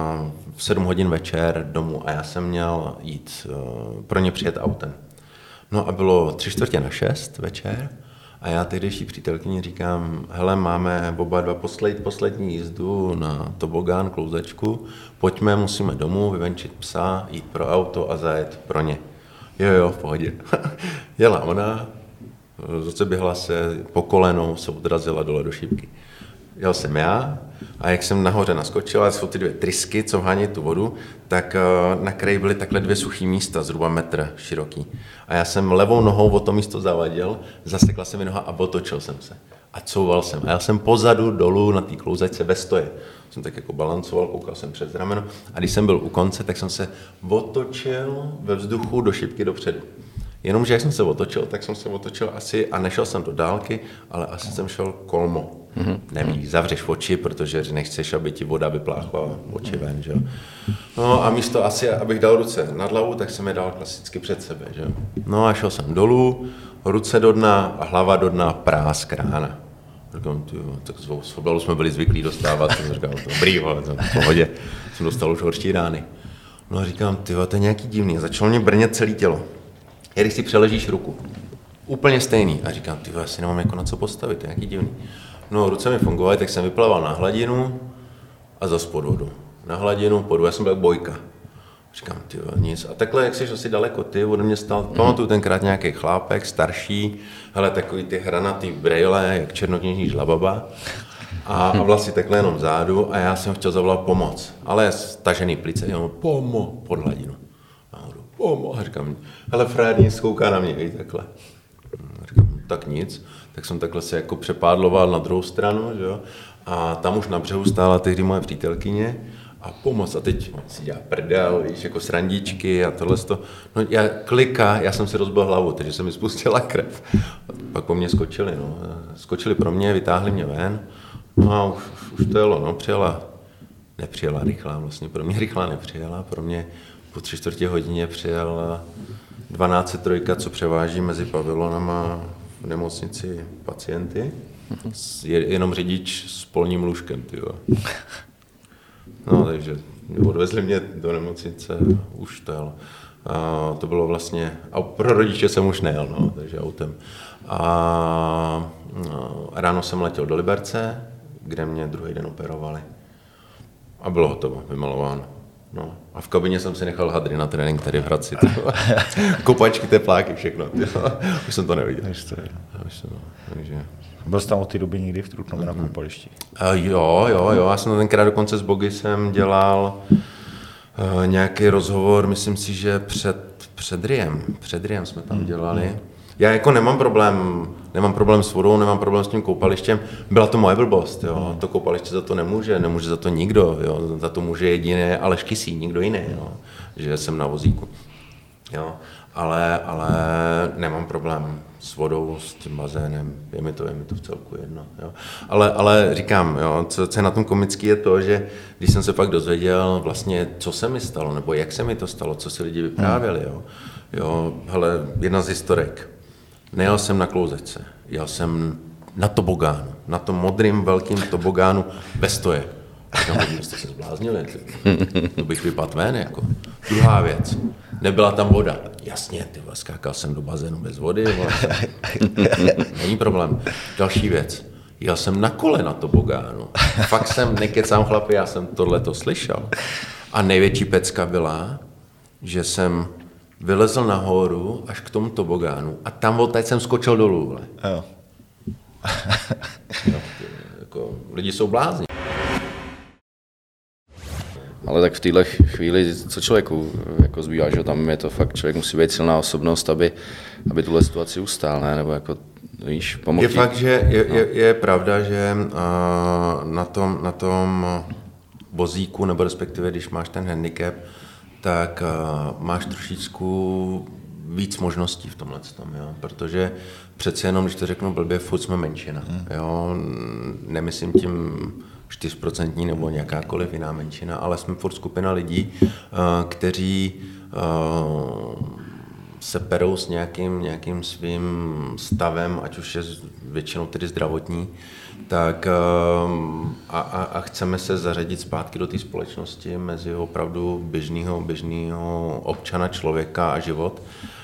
v sedm hodin večer domů a já jsem měl jít uh, pro ně přijet autem. No a bylo tři čtvrtě na šest večer a já tehdejší přítelkyni říkám, hele, máme oba dva posled, poslední jízdu na tobogán, klouzačku, pojďme, musíme domů, vyvenčit psa, jít pro auto a zajet pro ně. Jo, jo, v pohodě. Jela ona, zase běhla se po kolenou, se odrazila dole do šipky. Jel jsem já a jak jsem nahoře naskočil, a jsou ty dvě trysky, co hání tu vodu, tak na kraji byly takhle dvě suchý místa, zhruba metr široký. A já jsem levou nohou o to místo zavadil, zasekla se mi noha a otočil jsem se. A couval jsem. A já jsem pozadu dolů na té klouzačce ve stoje. Jsem tak jako balancoval, koukal jsem přes rameno a když jsem byl u konce, tak jsem se otočil ve vzduchu do šipky dopředu. Jenomže jak jsem se otočil, tak jsem se otočil asi a nešel jsem do dálky, ale asi jsem šel kolmo. Mm-hmm. Nevíš, zavřeš oči, protože nechceš, aby ti voda vypláchla oči ven, že jo. No a místo asi, abych dal ruce nad hlavu, tak jsem je dal klasicky před sebe, že jo. No a šel jsem dolů, ruce do dna a hlava do dna, prásk rána. Říkám, tyjo, tak z fotbalu jsme byli zvyklí dostávat, jsem říkal, dobrý, vole, v pohodě, jsem dostal už horší rány. No a říkám, tyjo, to je nějaký divný, začalo mě brnět celé tělo. A když si přeležíš ruku, úplně stejný. A říkám, tyjo, já si nemám jako na co postavit, to je nějaký divný. No, ruce mi fungovaly, tak jsem vyplaval na hladinu a zas pod vodu. Na hladinu, pod vodu, já jsem byl jak bojka. Říkám, tyjo, nic. A takhle, jak jsi asi daleko, ty ode mě stál, mm. pamatuju tenkrát nějaký chlápek, starší, hele, takový ty hranatý brejle, jak černokněžní žlababa. A, a vlastně takhle jenom zádu a já jsem chtěl zavolat pomoc. Ale stažený plice, jenom pomo, pod hladinu. Pomo, a říkám, hele, frajer nic kouká na mě, víš, takhle. A říkám, tak nic. Tak jsem takhle se jako přepádloval na druhou stranu, že jo. A tam už na břehu stála tehdy moje přítelkyně a pomoc. A teď si dělá prdel, víš, jako srandičky a tohle to. No já klika, já jsem si rozbil hlavu, takže se mi spustila krev. A pak po mně skočili, no. Skočili pro mě, vytáhli mě ven. No a už, už to jelo, no. Přijela, nepřijela rychlá vlastně, pro mě rychlá nepřijela, pro mě po tři čtvrtě hodině přijela dvanáct tři, co převáží mezi pavilonama v nemocnici pacienty. Je jenom řidič s polním lůžkem, tyjo. No, takže odvezli mě do nemocnice, už to jel. A to bylo vlastně, a pro rodiče jsem už nejel, no, takže autem. A ráno jsem letěl do Liberce, kde mě druhý den operovali. A bylo hotovo, vymalováno. No. A v kabině jsem si nechal hadry na trénink tady v Hradci. Kopačky, tepláky, všechno. Už jsem to neviděl. Takže... Byl jsi tam od té doby někdy v Trutnově na koupališti? Uh, jo, jo, jo. Já jsem tenkrát dokonce s Bogisem dělal uh, nějaký rozhovor, myslím si, že před, před Riem. Před Riem jsme tam dělali. Hmm. Já jako nemám problém, nemám problém s vodou, nemám problém s tím koupalištěm. Byla to moje blbost, jo. To koupaliště za to nemůže, nemůže za to nikdo, jo. Za to může jediné Aleš Kysý, nikdo jiný, jo. Že jsem na vozíku. Jo. Ale, ale nemám problém s vodou, s tím bazénem, je mi to, je mi to v celku jedno. Jo. Ale, ale říkám, jo, co, co je na tom komický je to, že když jsem se pak dozvěděl vlastně, co se mi stalo, nebo jak se mi to stalo, co si lidi vyprávěli, jo. Jo, hele, jedna z historek. Nejel jsem na klouzačce, jel jsem na tobogánu, na tom modrým velkým tobogánu bez stoje. Říkám, jste se zbláznili, to bych vypadl ven, jako. Druhá věc, nebyla tam voda. Jasně, ty vole, skákal jsem do bazénu bez vody, vole. Není problém. Další věc, jel jsem na kole na tobogánu. Fakt jsem, nekecám chlapi, já jsem tohleto slyšel. A největší pecka byla, že jsem vylezl nahoru až k tomu tobogánu a tam odtaď jsem skočil dolů. Vle. Jo. No, jako, lidi jsou blázni. Ale tak v téhle chvíli, co člověku jako zbývá, že tam je to fakt, člověk musí být silná osobnost, aby, aby tuhle situaci ustál, ne? Nebo jako, víš, pomoct. Je fakt, že je, je, je pravda, že uh, na tom, na tom vozíku, nebo respektive, když máš ten handicap, tak uh, máš trošičku víc možností v tomhle tom, jo? Protože přece jenom, když to řeknu blbě, furt jsme menšina. Jo? Nemyslím tím čtyři procenta nebo nějakákoliv jiná menšina, ale jsme furt skupina lidí, uh, kteří uh, se perou s nějakým, nějakým svým stavem, ať už je většinou tedy zdravotní, tak a, a, a chceme se zařadit zpátky do té společnosti mezi opravdu běžného, běžného občana, člověka a život.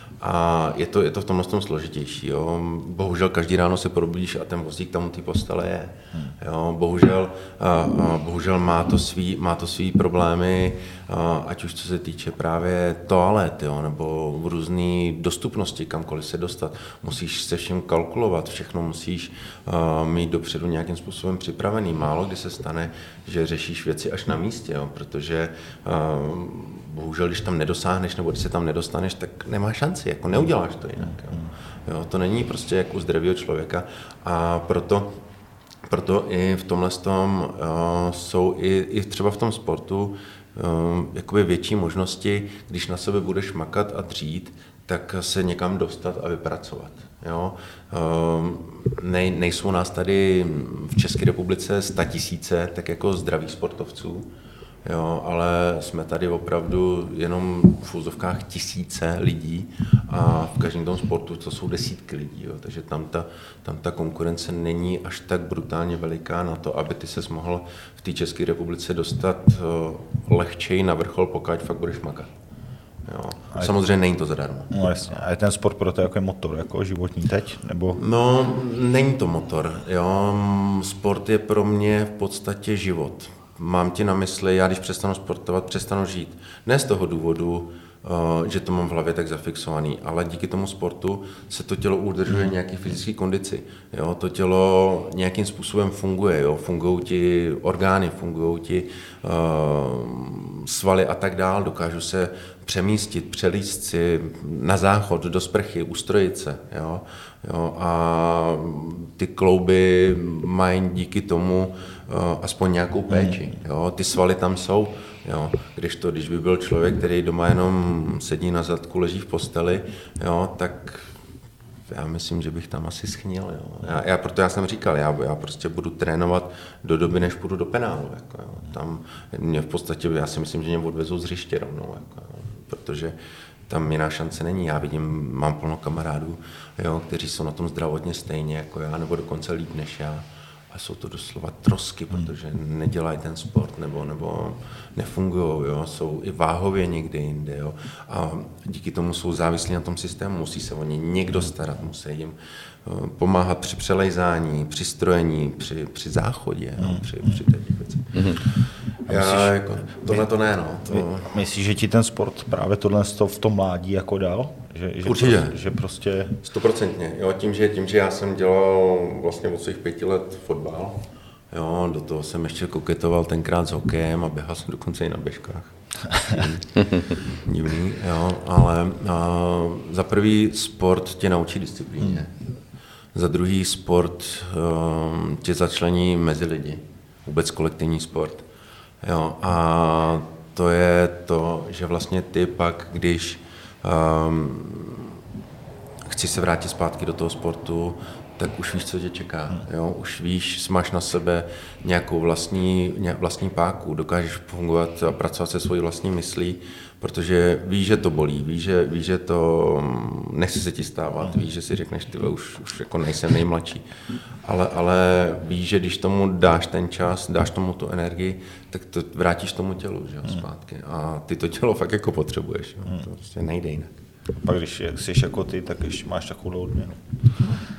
A je to, je to v tomhle tom složitější. Jo. Bohužel každý ráno se probudíš a ten vozík tam u té postele je. Jo. Bohužel, a, a, bohužel má to svý, má to svý problémy, a, ať už co se týče právě toalet, jo, nebo různé dostupnosti, kamkoliv se dostat. Musíš se všem kalkulovat, všechno musíš a, mít dopředu nějakým způsobem připravený. Málo kdy se stane, že řešíš věci až na místě, jo, protože a, bohužel, když tam nedosáhneš nebo když se tam nedostaneš, tak nemáš šanci, jako neuděláš to jinak. Jo. Jo, to není prostě jako u zdravého člověka a proto, proto i v tomhle tom uh, jsou i, i třeba v tom sportu uh, jakoby větší možnosti, když na sebe budeš makat a dřít, tak se někam dostat a vypracovat. Jo. Uh, nej, nejsou nás tady v České republice statisíce, tak jako zdravých sportovců, jo, ale jsme tady opravdu jenom v úzovkách tisíce lidí a v každém tom sportu to jsou desítky lidí, jo, takže tam ta, tam ta konkurence není až tak brutálně veliká na to, aby ty ses mohl v té České republice dostat uh, lehčej na vrchol, pokud fakt budeš makat. Jo. Samozřejmě není to zadarmo. No jasně. A je ten sport pro to jako je motor, jako životní teď? Nebo? No, není to motor. Jo. Sport je pro mě v podstatě život. Mám ti na mysli, já když přestanu sportovat, přestanu žít. Ne z toho důvodu, že to mám v hlavě tak zafixovaný, ale díky tomu sportu se to tělo udržuje nějaké fyzické kondici. Jo? To tělo nějakým způsobem funguje, jo? Fungují ti orgány, fungují ti uh, svaly a tak dál, dokážu se přemístit, přelíst si na záchod, do sprchy, ustrojit se. Jo? Jo? A ty klouby mají díky tomu uh, aspoň nějakou péči. Jo? Ty svaly tam jsou. Jo, když to, když by byl člověk, který doma jenom sedí na zadku, leží v posteli, jo, tak já myslím, že bych tam asi schnil. Jo. Já, já, proto já jsem říkal, já, já prostě budu trénovat do doby, než půjdu do penálu. Jako, jo. Tam mě v podstatě, já si myslím, že mě odvezou z hřiště rovnou, jako, jo, protože tam jiná šance není. Já vidím, mám plno kamarádů, jo, kteří jsou na tom zdravotně stejně jako já, nebo dokonce líp než já. A jsou to doslova trosky, protože nedělají ten sport nebo, nebo nefungují, jo? Jsou i váhově někde jinde. Jo? A díky tomu jsou závislí na tom systému, musí se o ně někdo starat, musí jim pomáhat při přelejzání, při strojení, při, při záchodě, no? při, při těch věcech. Mm-hmm. Já, myslíš, jako, tohle to ne, no. To... Myslíš, že ti ten sport právě tohle v tom mládí jako dal? Že, že Určitě. Prostě, že prostě... Stoprocentně. Jo, tím, že, tím, že já jsem dělal vlastně od svých pěti let fotbal, jo, do toho jsem ještě koketoval tenkrát s hokejem a běhal jsem dokonce i na běžkách. Divný, jo, ale a, za prvý sport tě naučí disciplíně. Hmm. Za druhý sport um, tě začlení mezi lidi. Vůbec kolektivní sport. Jo, a to je to, že vlastně ty pak, když um, chci se vrátit zpátky do toho sportu, tak už víš, co tě čeká. Jo? Už víš, máš na sebe nějakou vlastní, vlastní páku, dokážeš fungovat a pracovat se svojí vlastní myslí, protože víš, že to bolí, víš, že, víš, že to nechce se ti stávat, víš, že si řekneš, ty už, už jako nejsem nejmladší. Ale, ale víš, že když tomu dáš ten čas, dáš tomu tu energii, tak to vrátíš tomu tělu, že jo, zpátky. A ty to tělo fakt jako potřebuješ, jo? To prostě nejde jinak. A pak když jsi jako ty, tak ještě máš takovou odměnu.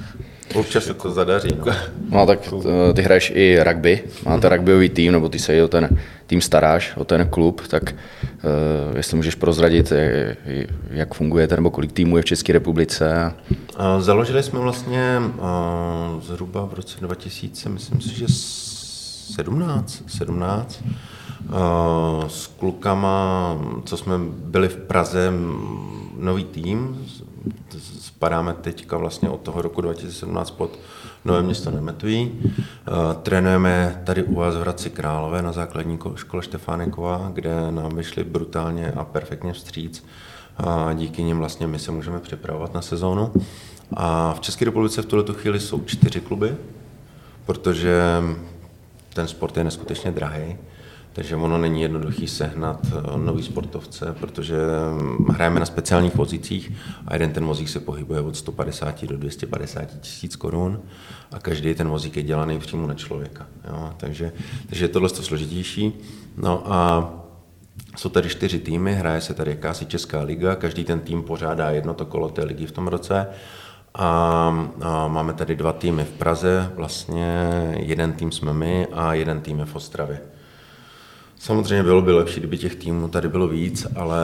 Občas se to zadaří. No, no tak ty hraješ i rugby, máte rugbyový tým, nebo ty se i o ten tým staráš, o ten klub, tak uh, jestli můžeš prozradit, jak fungujete, nebo kolik týmů je v České republice? Založili jsme vlastně uh, zhruba v roce dva tisíce, myslím si, že sedmnáct, sedmnáct uh, s klukama, co jsme byli v Praze, nový tým, spadáme teďka vlastně od toho roku dva tisíce sedmnáct pod Nové Město Nemetují. Uh, trénujeme tady u vás v Hradci Králové na základní škole Štefánikova, kde nám vyšli brutálně a perfektně vstříc. A díky nim vlastně my se můžeme připravovat na sezónu. A v České republice v tuhletu chvíli jsou čtyři kluby, protože ten sport je neskutečně drahý. Takže ono není jednoduchý sehnat nový sportovce, protože hrajeme na speciálních vozících a jeden ten vozík se pohybuje od sto padesát do dvě stě padesát tisíc korun a každý ten vozík je dělaný přímo na člověka. Jo? Takže, takže je tohle složitější. No a jsou tady čtyři týmy, hraje se tady jakási Česká liga, každý ten tým pořádá jedno to kolo té ligy v tom roce. A, a máme tady dva týmy v Praze, vlastně jeden tým jsme my a jeden tým je v Ostravě. Samozřejmě bylo by lepší, kdyby těch týmů tady bylo víc, ale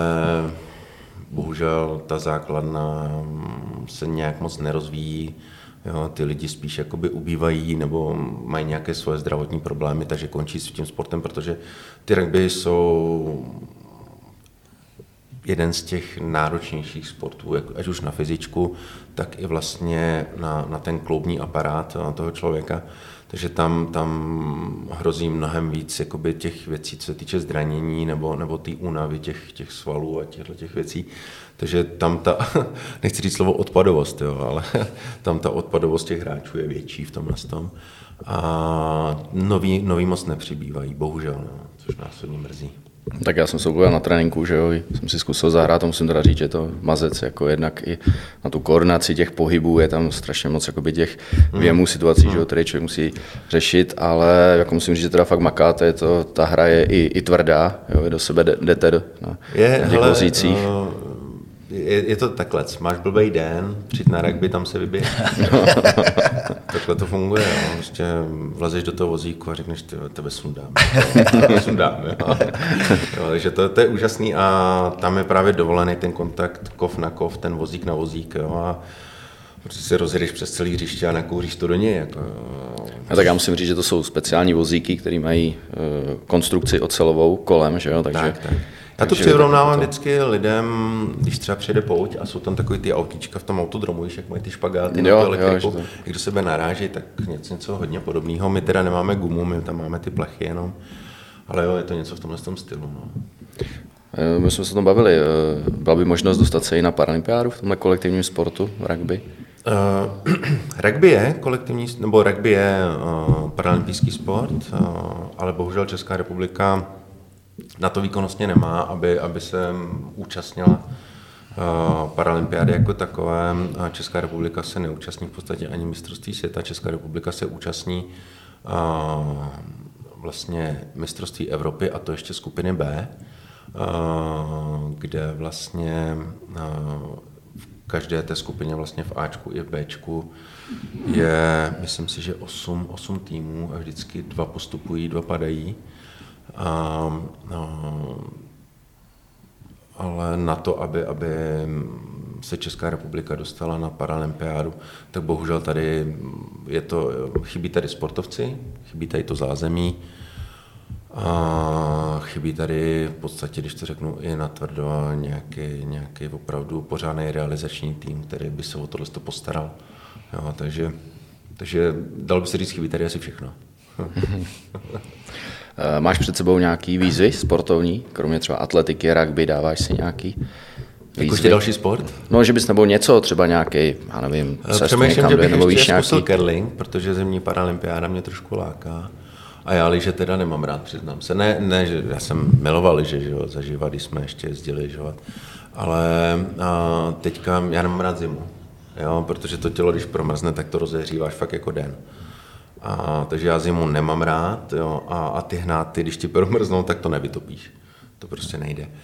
bohužel ta základna se nějak moc nerozvíjí. Jo, ty lidi spíš jakoby ubývají nebo mají nějaké svoje zdravotní problémy, takže končí s tím sportem, protože ty rugby jsou jeden z těch náročnějších sportů, ať už na fyzičku, tak i vlastně na, na ten kloubní aparát toho člověka. Takže tam, tam hrozí mnohem víc jakoby těch věcí, co se týče zranění nebo, nebo té únavy těch, těch svalů a těchto těch věcí. Takže tam ta, nechci říct slovo odpadovost, jo, ale tam ta odpadovost těch hráčů je větší v tomhle tom. A noví, noví moc nepřibývají, bohužel, no, což nás hodně mrzí. Tak já jsem se koukal na tréninku, že jo, jsem si zkusil zahrát a musím teda říct, že to mazec, jako jednak i na tu koordinaci těch pohybů, je tam strašně moc jakoby těch věmů situací, mm. že jo, které člověk musí řešit, ale jako musím říct, že teda fakt makáte, je to, ta hra je i, i tvrdá, jo, do sebe jdete do, na, je, na těch hele, vozících. Uh, je, je to takhle, máš blbej den, přijď na rugby, tam se vybije. Takhle to funguje, jo. Prostě vlezeš do toho vozíku a řekneš, ty, tebe sundám. sundám jo. Jo, takže to, to je úžasný a tam je právě dovolený ten kontakt kov na kov, ten vozík na vozík. Jo. A prostě si rozjedeš přes celý hřiště a nakouříš to do něj. Jako, a tak já musím říct, že to jsou speciální vozíky, které mají uh, konstrukci ocelovou kolem, že jo, takže... Tak, tak. Já to přirovnávám vždycky lidem, když třeba přijede pouť a jsou tam takový ty autíčka v tom autodromu, jak mají ty špagáty na elektriku, jak do sebe naráží, tak něco, něco hodně podobného. My teda nemáme gumu, my tam máme ty plechy jenom, ale jo, je to něco v tomhle tom stylu. No. My jsme se o tom bavili, byla by možnost dostat se i na paralympiádu v tomhle kolektivním sportu, rugby? Uh, rugby je kolektivní, nebo rugby je uh, paralympijský sport, uh, ale bohužel Česká republika na to výkonnostně nemá, aby, aby se účastnila uh, paralympiády jako takové. Česká republika se neúčastní v podstatě ani mistrovství světa. Česká republika se účastní uh, vlastně mistrovství Evropy, a to ještě skupiny B, uh, kde vlastně uh, v každé té skupině vlastně v Ačku i v Bčku je, myslím si, že osm, osm týmů a vždycky dva postupují, dva padají. A, no, ale na to, aby, aby se Česká republika dostala na paralympiádu, tak bohužel tady je to, chybí tady sportovci, chybí tady to zázemí a chybí tady v podstatě, když to řeknu, i natvrdo nějaký, nějaký opravdu pořádný realizační tým, který by se o tohle postaral. Jo, takže, takže dalo by se říct, chybí tady asi všechno. Máš před sebou nějaký výzvy sportovní, kromě třeba atletiky, rugby, dáváš si nějaký výzvy? Jakože další sport? No, že bys nebo něco, třeba nějaký, já nevím, cestu někam, že bych nebo ještě nějaký... zkusil curling, protože zimní paralympiáda mě trošku láká. A já lyže teda nemám rád, přiznám se. Ne, ne že já jsem miloval lyže, že jo, zaživa, když jsme ještě jezdili lyžovat. Ale a teďka já nemám rád zimu, jo, protože to tělo, když promrzne, tak to rozehříváš fakt jako den. A, takže já zimu nemám rád, jo, a, a ty hnáty, když ti promrznou, tak to nevytopíš. To prostě nejde.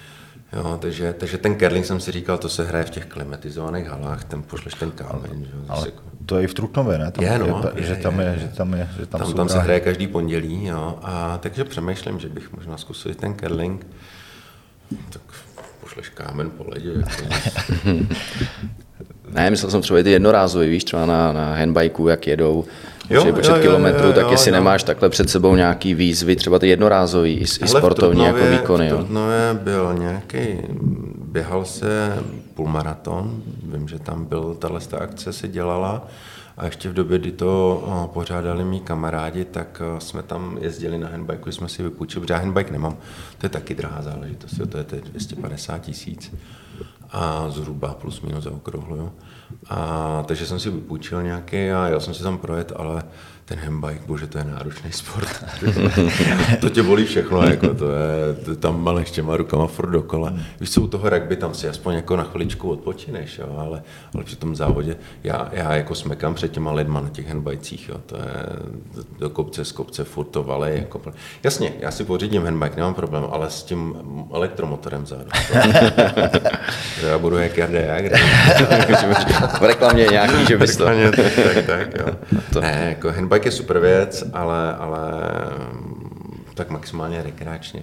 Jo, takže, takže ten curling jsem si říkal, to se hraje v těch klimatizovaných halách, ten pošleš ten kámen. Ale to je i v Trutnově, ne? Tam je, no, je, je, že tam je, je, že tam je, že tam, tam, tam se hraje každý pondělí, jo, a takže přemýšlím, že bych možná zkusil ten curling, tak pošleš kámen po ledě. Jako. Ne, myslel jsem třeba ty jednorázový, víš, třeba na, na handbajku, jak jedou, jo, že počet jo, kilometrů, jo, tak jo, jestli jo. nemáš takhle před sebou nějaký výzvy, třeba ty jednorázový, i, i sportovní jako výkony. V Jo. Trutnově byl nějaký, běhal se půlmaraton, vím, že tam byl, tahle akce se dělala a ještě v době, kdy to o, pořádali mý kamarádi, tak o, jsme tam jezdili na handbajku, jsme si vypůjčili, protože já handbike nemám, to je taky drahá záležitost, jo, to je dvě stě padesát tisíc a zhruba plus minus zaokrouhluju. A takže jsem si vypůjčil nějaký a jel jsem si tam projet, ale ten handbike, bože, to je náročný sport. To tě bolí všechno, jako to je, to tam maleš těma rukama furt dokola. Víš co, u toho rugby tam si aspoň jako na chviličku odpočineš, jo, ale, ale při tom závodě já, já jako smekám před těma lidma na těch handbajcích, jo, to je do kopce z kopce furt to valej, jako. Jasně, já si pořídím handbike, nemám problém, ale s tím elektromotorem zádu. Já budu jak Jarda Jágr. V reklamě nějaký, že bys to... tak, tak, jo. To. Ne, jako handbike je super věc, ale, ale tak maximálně rekreačně.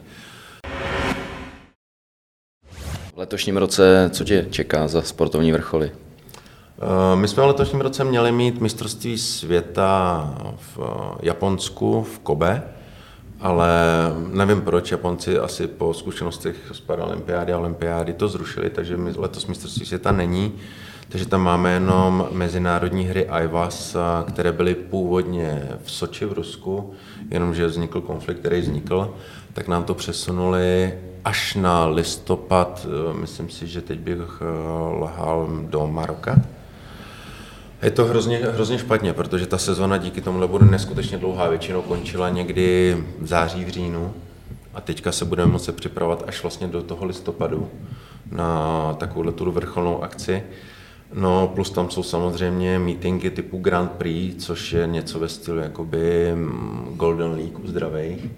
V letošním roce, co tě čeká za sportovní vrcholy? My jsme v letošním roce měli mít mistrovství světa v Japonsku, v Kobe, ale nevím proč, Japonci asi po zkušenostech z paralympiády a olympiády to zrušili, takže letos mistrovství světa není. Takže tam máme jenom mezinárodní hry I V A S, které byly původně v Soči v Rusku, jenomže vznikl konflikt, který vznikl, tak nám to přesunuli až na listopad, myslím si, že teď bych lhal do Maroka. Je to hrozně, hrozně špatně, protože ta sezona díky tomuhle bude neskutečně dlouhá, většinou končila někdy v září, v říjnu a teďka se budeme moci připravovat až vlastně do toho listopadu na takovouhle tu vrcholnou akci. No plus tam jsou samozřejmě meetingy typu Grand Prix, což je něco ve stylu jakoby Golden League u zdravých.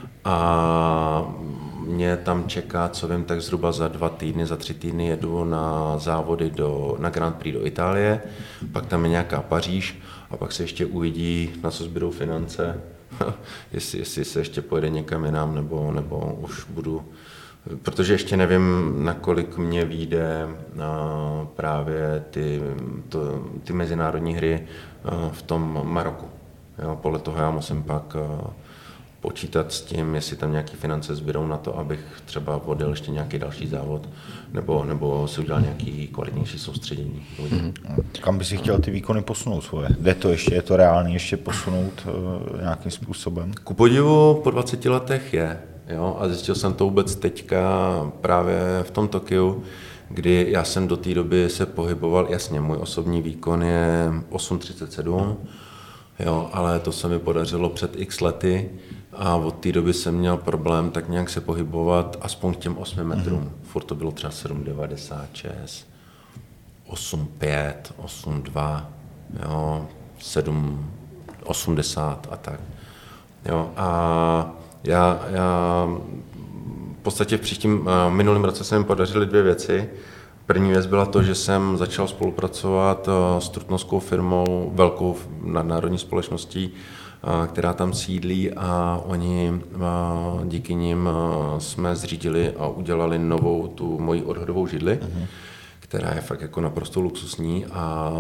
A mě tam čeká, co vím, tak zhruba za dva týdny, za tři týdny jedu na závody do, na Grand Prix do Itálie, pak tam je nějaká Paříž a pak se ještě uvidí, na co zbydou finance, jestli, jestli se ještě pojede někam jinam, nebo, nebo už budu, protože ještě nevím, nakolik mě vyjde právě ty, to, ty mezinárodní hry v tom Maroku. Jo, podle toho já musím pak počítat s tím, jestli tam nějaké finance zbydou na to, abych třeba odjel ještě nějaký další závod, nebo, nebo si udělal nějaký kvalitnější soustředění. Mm-hmm. Kam by si chtěl ty výkony posunout svoje? Jde to ještě, je to reálné ještě posunout uh, nějakým způsobem? Ku podivu po dvaceti letech je, jo, a zjistil jsem to vůbec teďka právě v tom Tokiu, kdy já jsem do té doby se pohyboval, jasně, můj osobní výkon je osm třicet sedm, jo, ale to se mi podařilo před x lety a od té doby jsem měl problém tak nějak se pohybovat aspoň k těm osmi metrům. Mm-hmm. Furt to bylo třeba sedm devadesát šest, osm pět, osm dva, jo, sedm osmdesát a tak. Jo, a já, já v podstatě v příštím minulém roce se mi podařily dvě věci. První věc byla to, že jsem začal spolupracovat s trutnovskou firmou, velkou nadnárodní společností, která tam sídlí a oni díky nim jsme zřídili a udělali novou tu moji odhodovou židli, uh-huh. která je fakt jako naprosto luxusní a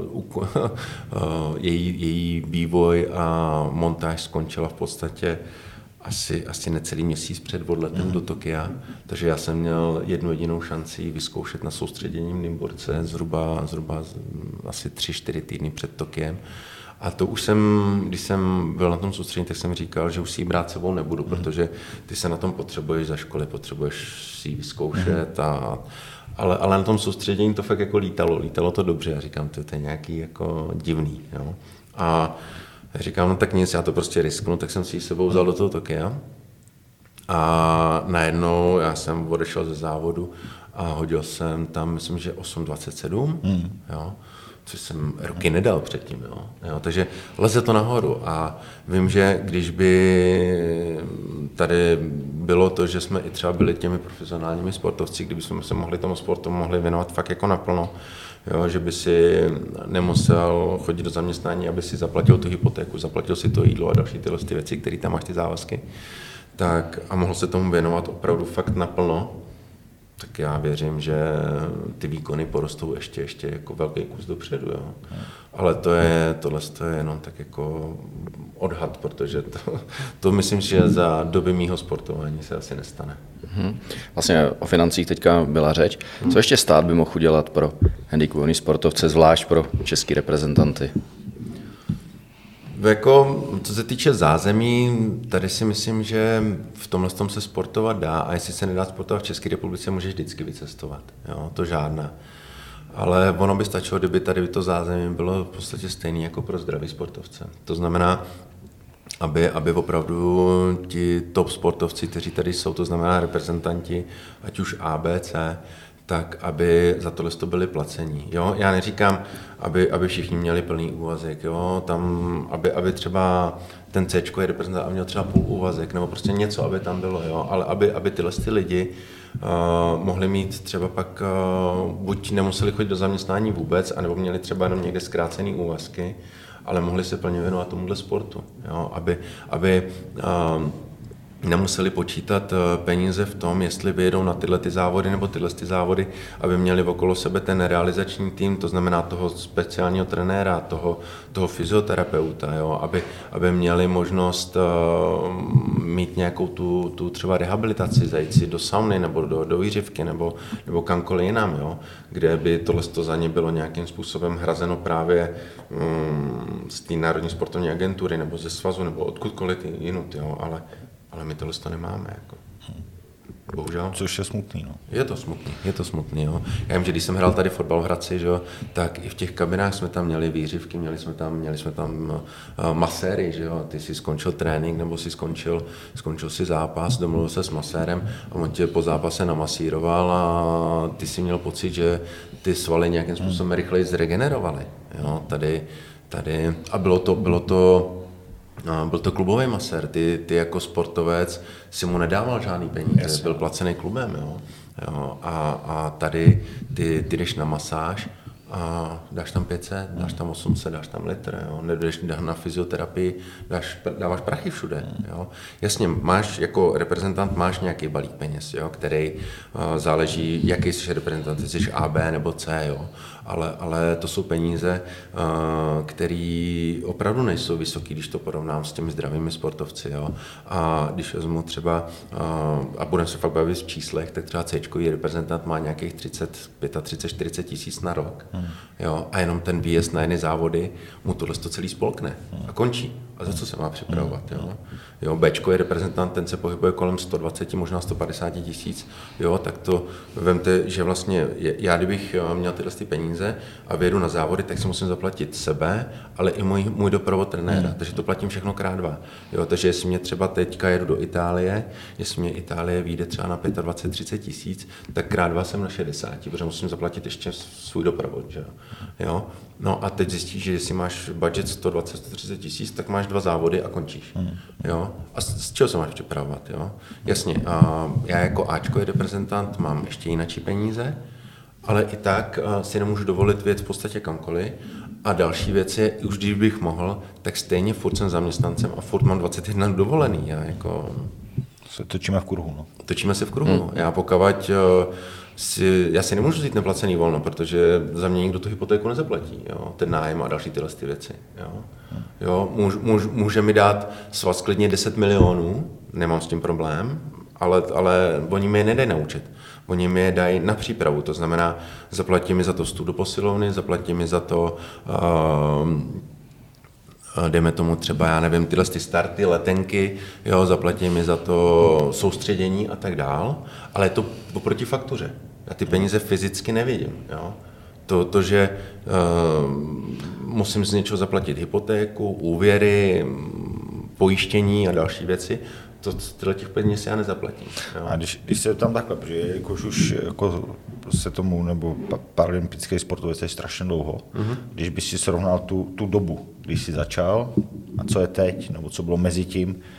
její, její vývoj a montáž skončila v podstatě asi, asi necelý měsíc před odletem mm. do Tokia, takže já jsem měl jednu jedinou šanci vyzkoušet na soustředění v Nymburce zhruba, zhruba asi tři čtyři týdny před Tokiem. A to už jsem, když jsem byl na tom soustředění, tak jsem říkal, že už si ji brát sebou nebudu, mm. protože ty se na tom potřebuješ za školy, potřebuješ si ji vyzkoušet, mm. a, ale, ale na tom soustředění to fakt jako lítalo, lítalo to dobře, já říkám, to, to je nějaký jako divný. Jo? A říkám, no tak nic, já to prostě risknu, tak jsem si ji sebou vzal do toho Tokia. A najednou já jsem odešel ze závodu a hodil jsem tam, myslím, že osm dvacet sedm, hmm. jo, což jsem roky nedal předtím. Jo. Jo, takže leze to nahoru a vím, že když by tady bylo to, že jsme i třeba byli těmi profesionálními sportovci, kdyby jsme se mohli tomu sportu mohli věnovat fakt jako naplno, jo, že by si nemusel chodit do zaměstnání, aby si zaplatil tu hypotéku, zaplatil si to jídlo a další tyhle ty věci, které tam máš ty závazky, tak a mohl se tomu věnovat opravdu fakt naplno, tak já věřím, že ty výkony porostou ještě, ještě jako velký kus dopředu. Jo. Ale to je, tohle je jenom tak jako odhad, protože to, to myslím, že za doby mýho sportování se asi nestane. Hmm. Vlastně o financích teďka byla řeč. Co ještě stát by mohl udělat pro handicapovaný sportovce, zvlášť pro český reprezentanty? Jako, co se týče zázemí, tady si myslím, že v tomhle tom se sportovat dá a jestli se nedá sportovat v České republice, můžeš vždycky vycestovat, jo, to žádná. Ale ono by stačilo, kdyby tady to zázemí bylo v podstatě stejné jako pro zdraví sportovce. To znamená, aby, aby opravdu ti top sportovci, kteří tady jsou, to znamená reprezentanti, ať už A, B, C, tak aby za tohle to byli placení. Jo? Já neříkám, aby, aby všichni měli plný úvazek, jo? Tam, aby, aby třeba ten Cčko je reprezentant a měl třeba půl úvazek, nebo prostě něco, aby tam bylo, jo? Ale aby, aby tyhle ty lidi uh, mohli mít třeba pak, uh, buď nemuseli chodit do zaměstnání vůbec, anebo měli třeba jenom někde zkrácený úvazky, ale mohli se plně věnovat tomuhle sportu, jo? Aby, aby uh, nemuseli počítat peníze v tom, jestli vyjedou na tyhle ty závody nebo tyhle ty závody, aby měli okolo sebe ten realizační tým, to znamená toho speciálního trenéra, toho, toho fyzioterapeuta, jo? Aby, aby měli možnost uh, mít nějakou tu, tu třeba rehabilitaci, zajít si do sauny nebo do, do výřivky nebo, nebo kamkoliv jinam, jo? Kde by tohle za ně bylo nějakým způsobem hrazeno právě um, z té Národní sportovní agentury nebo ze svazu nebo odkudkoliv jinut, jo? Ale Ale my tohle to nemáme, jako. Bohužel. Což je smutný, no. Je to smutný, je to smutný, jo. Já vím, že když jsem hrál tady fotbal v Hradci, že jo, tak i v těch kabinách jsme tam měli výřivky, měli jsme tam, měli jsme tam uh, maséry, že jo. Ty si skončil trénink nebo si skončil, skončil si zápas, domluvil se s masérem a on tě po zápase namasíroval a ty si měl pocit, že ty svaly nějakým způsobem hmm. rychleji zregenerovaly, jo. Tady, tady, a bylo to, bylo to No, byl to klubový masér, ty, ty jako sportovec si mu nedával žádný peníze, yes. Byl placený klubem, jo. Jo, a, a tady ty, ty jdeš na masáž a dáš tam pět set, dáš tam osm set, dáš tam litr, jo. Nejdeš na fyzioterapii, dáš, dáváš prachy všude, jo. Jasně, máš jako reprezentant, máš nějaký balík peněz, jo, který uh, záleží, jaký jsi reprezentant, jsi A, B nebo C, jo. Ale, ale to jsou peníze, uh, které opravdu nejsou vysoký, když to porovnám s těmi zdravými sportovci, jo. A když vezmu třeba, uh, a budeme se fakt bavit v číslech, tak třeba C-čkový reprezentant má nějakých třicet, třicet pět, čtyřicet tisíc na rok. Hmm. Jo, a jenom ten výjezd na jedny závody mu tohle to celý spolkne a končí. A za co se má připravovat? Jo? Jo, Bčko je reprezentant, ten se pohybuje kolem sto dvacet, možná sto padesát tisíc. Jo, tak to vemte, že vlastně já, kdybych měl tyhle ty peníze a vyjedu na závody, tak si musím zaplatit sebe, ale i můj, můj doprovod trenéra. Hmm. Takže to platím všechno krát dva. Jo, takže jestli mě třeba teďka jedu do Itálie, jestli mě Itálie vyjde třeba na dvacet pět třicet tisíc, tak krát dva jsem na šedesát, protože musím zaplatit ještě svůj doprovod. Že? Jo? No a teď zjistíš, že jestli máš budget sto dvacet sto třicet tisíc, tak máš dva závody a končíš. Hmm. Jo? A z, z čeho se máš připravovat? Jo? Jasně, a já jako Ačko je reprezentant mám ještě jináčí peníze, ale i tak si nemůžu dovolit věc v podstatě kamkoliv. A další věc je, už když bych mohl, tak stejně furt jsem zaměstnancem a furt mám dvacet jedna dovolený. Já jako... Se točíme v kruhu, no. Točíme se v kruhu. Hmm. Já pokud si, já si nemůžu vzít neplacený volno, protože za mě nikdo tu hypotéku nezaplatí, jo? Ten nájem a další tyhle ty věci. Jo? Jo? Můž, můž, může mi dát svaz klidně deset milionů, nemám s tím problém, ale, ale oni mi je nedají naučit. Oni mi je dají na přípravu, to znamená, zaplatí mi za to vstup do posilovny, zaplatí mi za to, uh, dejme tomu třeba, já nevím, tyhle ty starty, letenky, jo, zaplatí mi za to soustředění a tak dál, ale je to oproti faktuře. Já ty peníze fyzicky nevidím, jo. To, to že uh, musím z něčeho zaplatit hypotéku, úvěry, pojištění a další věci, to tyhle těch peněz já nezaplatím. Jo. A když, když se tam takhle, protože jakož už jako se tomu, nebo paralympický sportovec je strašně dlouho, mm-hmm. když bys si srovnal tu, tu dobu, když jsi začal a co je teď, nebo co bylo mezi tím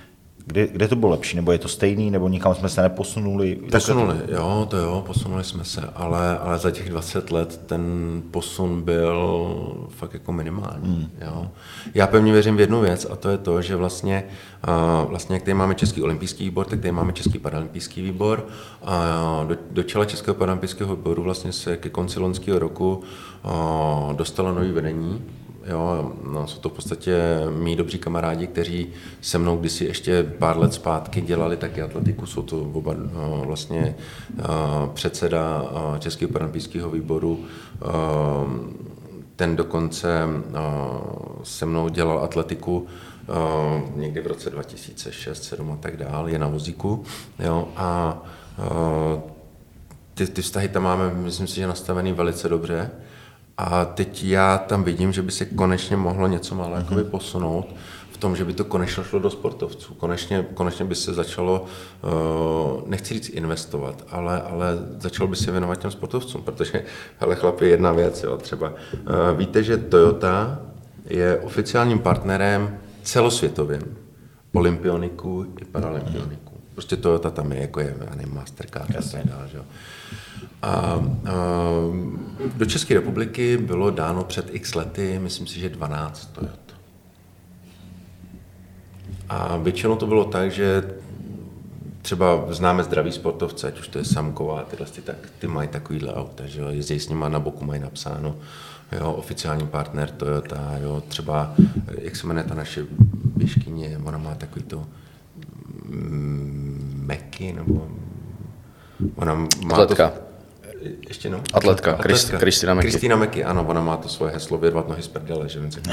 Kde, kde to bylo lepší, nebo je to stejný, nebo nikam jsme se neposunuli? Posunuli, jo, to jo, posunuli jsme se, ale, ale za těch dvacet let ten posun byl fakt jako minimální. Hmm. Jo. Já pevně věřím v jednu věc a to je to, že vlastně, uh, vlastně jak tady máme Český olympijský výbor, tak tady máme Český paralympijský výbor a do, do čela Českého paralympijského výboru vlastně se ke konci loňského roku uh, dostalo nový vedení. Jo, no, jsou to v podstatě mý dobří kamarádi, kteří se mnou kdysi ještě pár let zpátky dělali taky atletiku. Jsou to oba no, vlastně uh, předseda uh, Českého paralympijského výboru. Uh, ten dokonce uh, se mnou dělal atletiku uh, někdy v roce dva tisíce šest, sedm a tak dál, je na vozíku. Jo, a uh, ty, ty vztahy tam máme, myslím si, že nastavený velice dobře. A teď já tam vidím, že by se konečně mohlo něco málo mm-hmm. posunout v tom, že by to konečně šlo do sportovců. Konečně, konečně by se začalo, uh, nechci říct investovat, ale, ale začalo by se věnovat těm sportovcům, protože, hele chlapi, jedna věc, jo, třeba uh, víte, že Toyota je oficiálním partnerem celosvětovým olympioniků i paralympioniků. Prostě Toyota tam je, jako je, já nevím, Mastercard a tak dále, že jo. A, a do České republiky bylo dáno před x lety, myslím si, že dvanáct Toyota. A většinou to bylo tak, že třeba známe zdraví sportovce, ať už to je Samková, tyhle, tak ty mají takovýhle auta, že jo, jezdí s nima, na boku mají napsáno, jo, oficiální partner Toyota, jo, třeba, jak se jmenuje ta naše běžkyně, ona má takový to Meky, nebo ona má Atletka. To, ještě no? Atletka, Kristina Meky. Kristina Meky, ano, ona má to svoje heslo vyrvat nohy z prdele, že vím,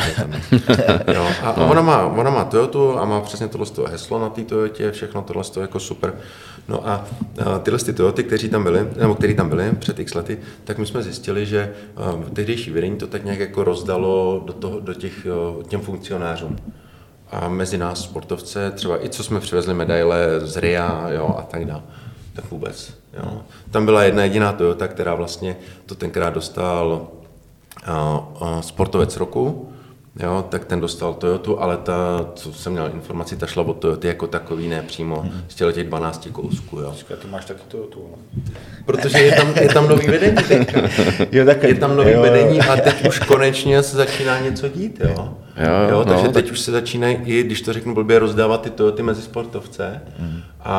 jo, a no. ona, má, ona má Toyotu a má přesně tohle heslo na té Toyotě, všechno tohle jako super. No a, a tyhle ty Toyoty, kteří tam byli, nebo který tam byli před x lety, tak my jsme zjistili, že uh, tehdejší vedení to tak nějak jako rozdalo do, toho, do těch uh, těm funkcionářům. A mezi nás sportovce, třeba i co jsme přivezli medaile z Ria, jo, a tak dále. Tak vůbec. Jo. Tam byla jedna jediná Toyota, která vlastně to tenkrát dostal uh, uh, sportovec roku, jo, tak ten dostal Toyotu, ale ta, co jsem měl informaci, ta šla od Toyoty jako takový, ne přímo hmm. z těch dvanácti kousků. Jo. Říká, ty máš taky Toyotu, ne? Protože je tam, je tam nový vedení teďka. Jo, tak, je tam nový jo, vedení a teď už konečně se začíná něco dít, jo. Jo, jo, takže no, teď tak... už se začínají, i když to řeknu blbě, rozdávat ty Toyoty mezi sportovce. Hmm.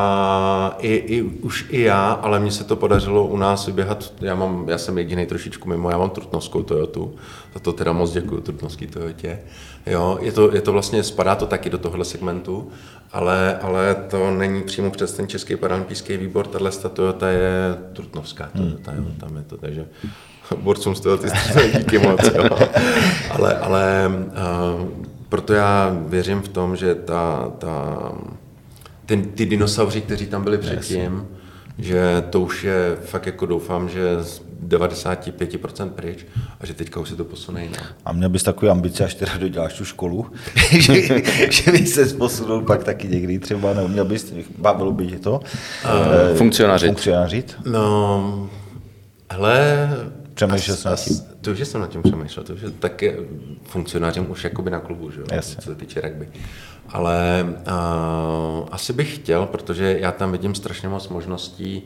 A i, i, už i já, ale mně se to podařilo u nás vyběhat, já, mám, já jsem jedinej trošičku mimo, já mám trutnovskou Toyotu, za to teda moc děkuju trutnovský Toyotě. Jo, je to, je to vlastně, spadá to taky do tohohle segmentu, ale, ale to není přímo přes ten Český paralympijský výbor, tahle Toyota je trutnovská Toyota, hmm. jo, tam je to, takže borcům z Toyoty díky moc, jo. Ale, ale uh, proto já věřím v tom, že ta, ta Ten, ty dinosauři, kteří tam byli předtím, yes. že to už je fakt jako doufám, že z devadesát pět procent pryč a že teďka už se to posune jinak. A měl bys takový ambice, až teda doděláš tu školu, že, že bys se posunul pak taky někdy třeba, nebo měl bys, bavilo by tě to? Uh, funkcionařit. Funkcionařit? No, hele... Přemýšlel jsem nad tím. To už jsem nad tím přemýšlel, to už je taky funkcionářem už jakoby na klubu, že jo, Jasně. co se týče rugby. Ale uh, asi bych chtěl, protože já tam vidím strašně moc možností,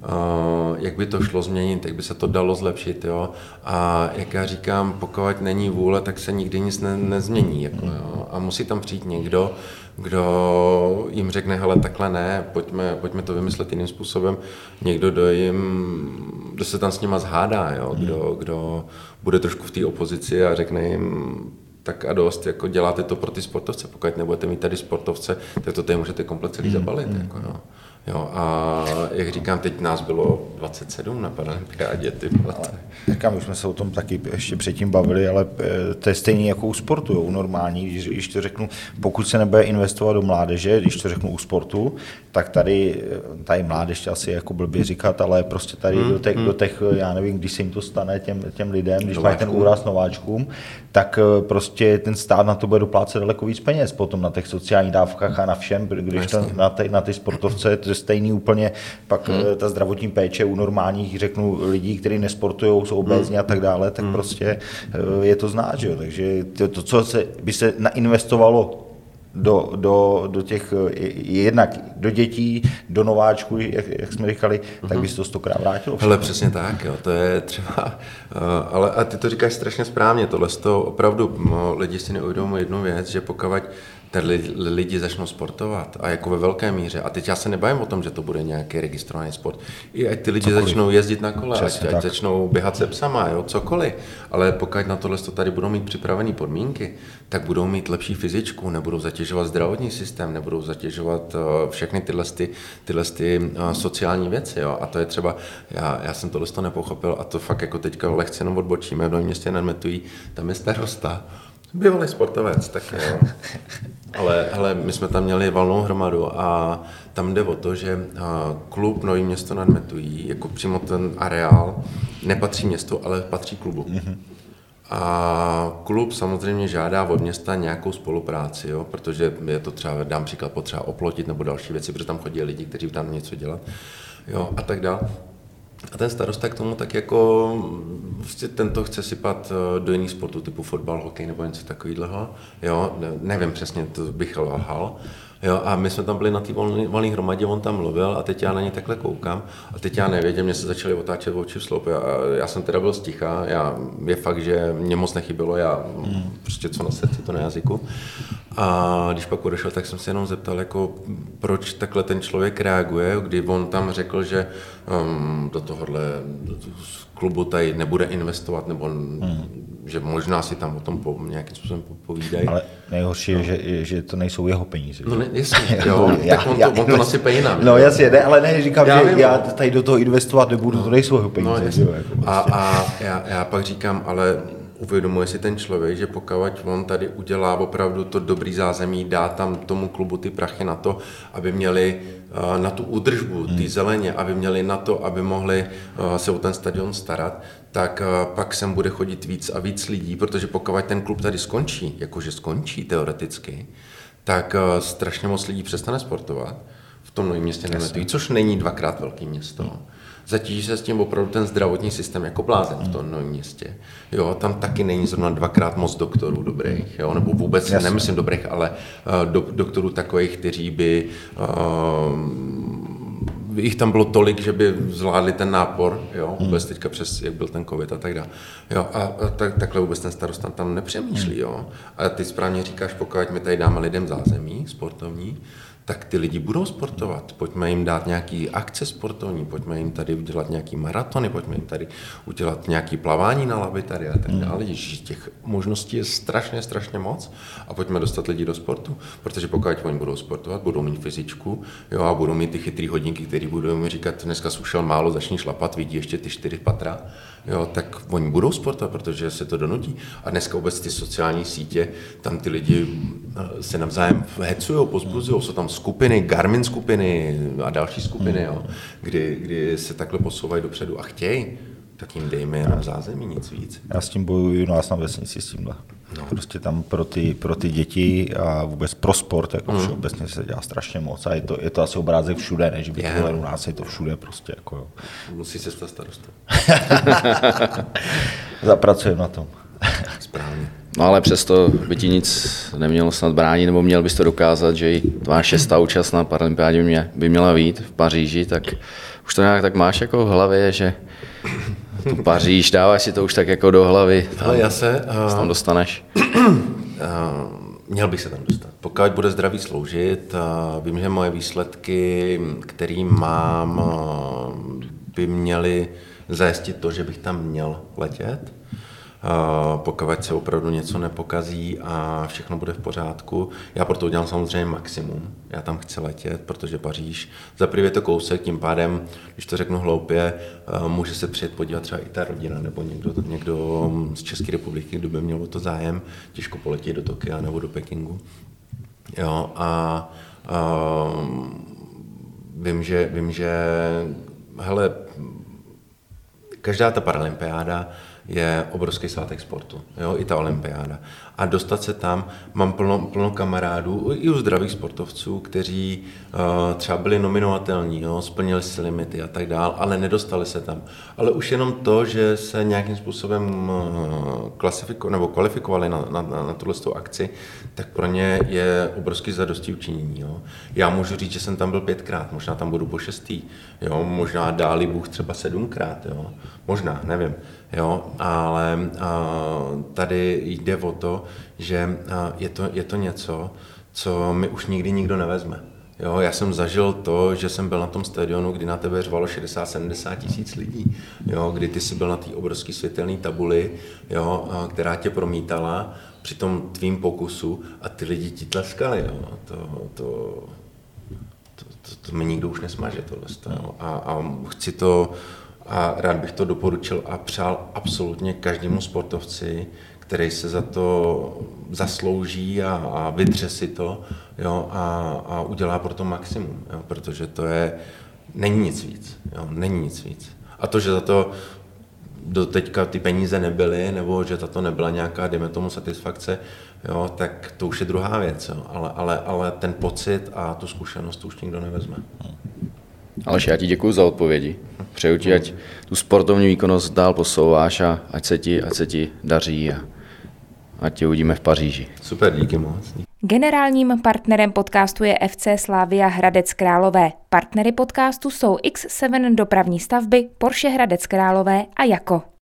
uh, jak by to šlo změnit, jak by se to dalo zlepšit, jo. A jak já říkám, pokud není vůle, tak se nikdy nic ne, nezmění, jako, jo. A musí tam přijít někdo, kdo jim řekne, hele, takhle ne, pojďme, pojďme to vymyslet jiným způsobem. Někdo, kdo jim, kdo se tam s nima zhádá, jo, kdo, kdo bude trošku v té opozici a řekne jim, tak a dost, jako děláte to pro ty sportovce, pokud nebudete mít tady sportovce, tak to tady můžete komplet celý zabalit, mm. jako, no. Jo, a jak říkám, teď nás bylo dvacet sedm na paralympiádě. Říkám, už jsme se o tom taky ještě předtím bavili, ale to je stejně jako u sportu, jo, u normální, když, když to řeknu, pokud se nebude investovat do mládeže, když to řeknu u sportu, tak tady, tady mládež asi jako blbě říkat, ale prostě tady hmm, do, těch, hmm. do těch, já nevím, když se jim to stane těm, těm lidem, když mají ten úraz nováčkům, tak prostě ten stát na to bude doplácet daleko víc peněz potom na těch sociálních dávkách a na všem, když to na, ty, na ty sportovce, to je stejný úplně, pak hmm. ta zdravotní péče u normálních, řeknu, lidí, kteří nesportují, jsou obézní hmm. a tak dále, tak hmm. prostě je to znát, že jo, takže to, to, co se, by se nainvestovalo do, do, do těch, jednak do dětí, do nováčků, jak, jak jsme říkali, mm-hmm. tak by se to stokrát vrátilo. Hele, přesně tak, jo, to je třeba, ale a ty to říkáš strašně správně, tohle z toho opravdu lidi si neuvědomují jednu věc, že pokud tady lidi začnou sportovat a jako ve velké míře, a teď já se nebavím o tom, že to bude nějaký registrovaný sport, i ať ty lidi cokoliv. Začnou jezdit na kole, ať, ať začnou běhat se psama, jo, cokoliv, ale pokud na tohle to tady budou mít připravené podmínky, tak budou mít lepší fyzičku, nebudou zatěžovat zdravotní systém, nebudou zatěžovat uh, všechny tyhle, ty, tyhle ty, uh, sociální věci, jo, a to je třeba, já, já jsem tohle to nepochopil a to fakt jako teďka lehce jenom odbočíme, v Novém Městě nad Metují, tam je starosta, bývalý sportovec, tak jo. Ale, ale my jsme tam měli valnou hromadu a tam jde o to, že klub Nový Město nad Metují, jako přímo ten areál, nepatří městu, ale patří klubu. Mm-hmm. A klub samozřejmě žádá od města nějakou spolupráci, jo, protože je to třeba, dám příklad, potřeba oplotit nebo další věci, protože tam chodí lidi, kteří tam něco dělat, jo, a tak dále. A ten starosta k tomu tak jako, vlastně tento chce sypat do jiných sportů, typu fotbal, hokej nebo něco takového, jo, nevím přesně, to bych lhal, jo, a my jsme tam byli na té volné hromadě, on tam mluvil a teď já na ně takhle koukám a teď já nevěděl, mě se začaly otáčet oči v sloup, já, já jsem teda byl sticha, já, je fakt, že mě moc nechybilo, já mm. prostě co na srdci, to na jazyku. A když pak odešel, tak jsem se jenom zeptal, jako, proč takhle ten člověk reaguje, kdy on tam řekl, že um, do tohohle klubu tady nebude investovat, nebo hmm. že možná si tam o tom po, nějakým způsobem povídají. Ale nejhorší je, no. že, že to nejsou jeho peníze. No ne, jasně, jo, já, tak on já, to, on to nasype jinam. No jasně, ne, ale ne, říkám, já že vím, já tady do toho investovat nebudu, no. to nejsou jeho peníze. No, jo, jako a a já, já pak říkám, ale uvědomuje si ten člověk, že pokud on tady udělá opravdu to dobrý zázemí, dá tam tomu klubu ty prachy na to, aby měli uh, na tu údržbu, ty zeleně, aby měli na to, aby mohli uh, se o ten stadion starat, tak uh, pak sem bude chodit víc a víc lidí, protože pokud ten klub tady skončí, jakože skončí teoreticky, tak uh, strašně moc lidí přestane sportovat v tom Novém Městě nad Metují, což není dvakrát velké město. Hmm. Zatíží se s tím opravdu ten zdravotní systém jako blázen v tom Novém Městě. Jo, tam taky není zrovna dvakrát moc doktorů dobrých, jo, nebo vůbec Jasně. nemyslím dobrých, ale uh, do, doktorů takových, kteří by uh, jich tam bylo tolik, že by zvládli ten nápor, jo, vůbec teďka přes, jak byl ten covid a tak dále. Jo, a, a tak, takhle vůbec ten starosta tam nepřemýšlí, jo. A ty správně říkáš, pokud my tady dáme lidem zázemí sportovní, tak ty lidi budou sportovat. Pojďme jim dát nějaký akce sportovní, pojďme jim tady udělat nějaký maratony, pojďme jim tady udělat nějaký plavání na laby tady a tak dále. Ježiš, těch možností je strašně, strašně moc a pojďme dostat lidi do sportu, protože pokud oni budou sportovat, budou mít fyzičku, jo, a budou mít ty chytrý hodinky, které budou mi říkat, dneska jsi ušel málo, začni šlapat, vidí ještě ty čtyři patra, jo, tak oni budou sportovat, protože se to donutí. A dneska vůbec ty sociální sítě, tam ty lidi se navzájem hecujou, pozbuzujou, jsou tam skupiny, Garmin skupiny a další skupiny, jo, kdy, kdy se takhle posouvají dopředu a chtějí, tak jim dejme jenom zázemí, nic víc. Já s tím bojuju nás na vesnici s tímhle. No. Prostě tam pro ty, pro ty děti a vůbec pro sport, jako mm. všeobecně se dělá strašně moc a je to, je to asi obrázek všude, než by yeah. to u nás, je to všude prostě. Jako, jo. Musí se stát starostou. Zapracujeme na tom. Správně. No ale přesto by ti nic nemělo snad bránit, nebo měl bys to dokázat, že i tvá šestá účast na paralympiádě mě, by měla být v Paříži, tak už to nějak tak máš jako v hlavě, že tu Paříž, dáváš si to už tak jako do hlavy, tam, ale já se, uh, tam dostaneš. Uh, měl bych se tam dostat. Pokud bude zdraví sloužit, uh, vím, že moje výsledky, které mám, uh, by měly zajistit to, že bych tam měl letět. Uh, pokud se opravdu něco nepokazí a všechno bude v pořádku. Já proto udělám samozřejmě maximum. Já tam chci letět, protože Paříž, za prvé je to kousek, tím pádem, když to řeknu hloupě, uh, může se přijet podívat třeba i ta rodina nebo někdo, někdo z České republiky, kdo by měl o to zájem, těžko poletí do Tokia nebo do Pekingu. Jo, a uh, vím, že, vím, že hele, každá ta paralympiáda je obrovský svátek sportu, jo, i ta olympiáda. A dostat se tam, mám plno, plno kamarádů, i u zdravých sportovců, kteří uh, třeba byli nominovatelní, jo, splnili si limity a tak dál, ale nedostali se tam. Ale už jenom to, že se nějakým způsobem uh, klasifiko, nebo kvalifikovali na, na, na, na tuhle akci, tak pro ně je obrovský zadosti učinění. Jo. Já můžu říct, že jsem tam byl pětkrát, možná tam budu po šestý, jo, možná dáli Bůh třeba sedmkrát, jo, možná, nevím. Jo, ale uh, tady jde o to, že uh, je, to, je to něco, co mi už nikdy nikdo nevezme. Jo, já jsem zažil to, že jsem byl na tom stadionu, kdy na tebe řvalo šedesát sedmdesát tisíc lidí, jo, kdy ty jsi byl na té obrovské světelné tabuli, jo, uh, která tě promítala při tom tvým pokusu a ty lidi ti tleskali. Jo. To, to, to, to, to mi nikdo už nesmaže tohle. Jo. A, a chci to A rád bych to doporučil a přál absolutně každému sportovci, který se za to zaslouží a, a vydře si to, jo, a, a udělá pro to maximum, jo, protože to je, není nic víc, jo, není nic víc. A to, že za to do teďka ty peníze nebyly, nebo že za to nebyla nějaká, dejme tomu, satisfakce, jo, tak to už je druhá věc, jo, ale, ale, ale ten pocit a tu zkušenost to už nikdo nevezme. Aleš, já ti děkuji za odpovědi. Přeju ti, ať tu sportovní výkonnost dál posouváš a ať se ti, ať se ti daří a ať tě uvidíme v Paříži. Super, díky moc. Generálním partnerem podcastu je F C Slavia Hradec Králové. Partnery podcastu jsou X sedm Dopravní stavby, Porsche Hradec Králové a Jako.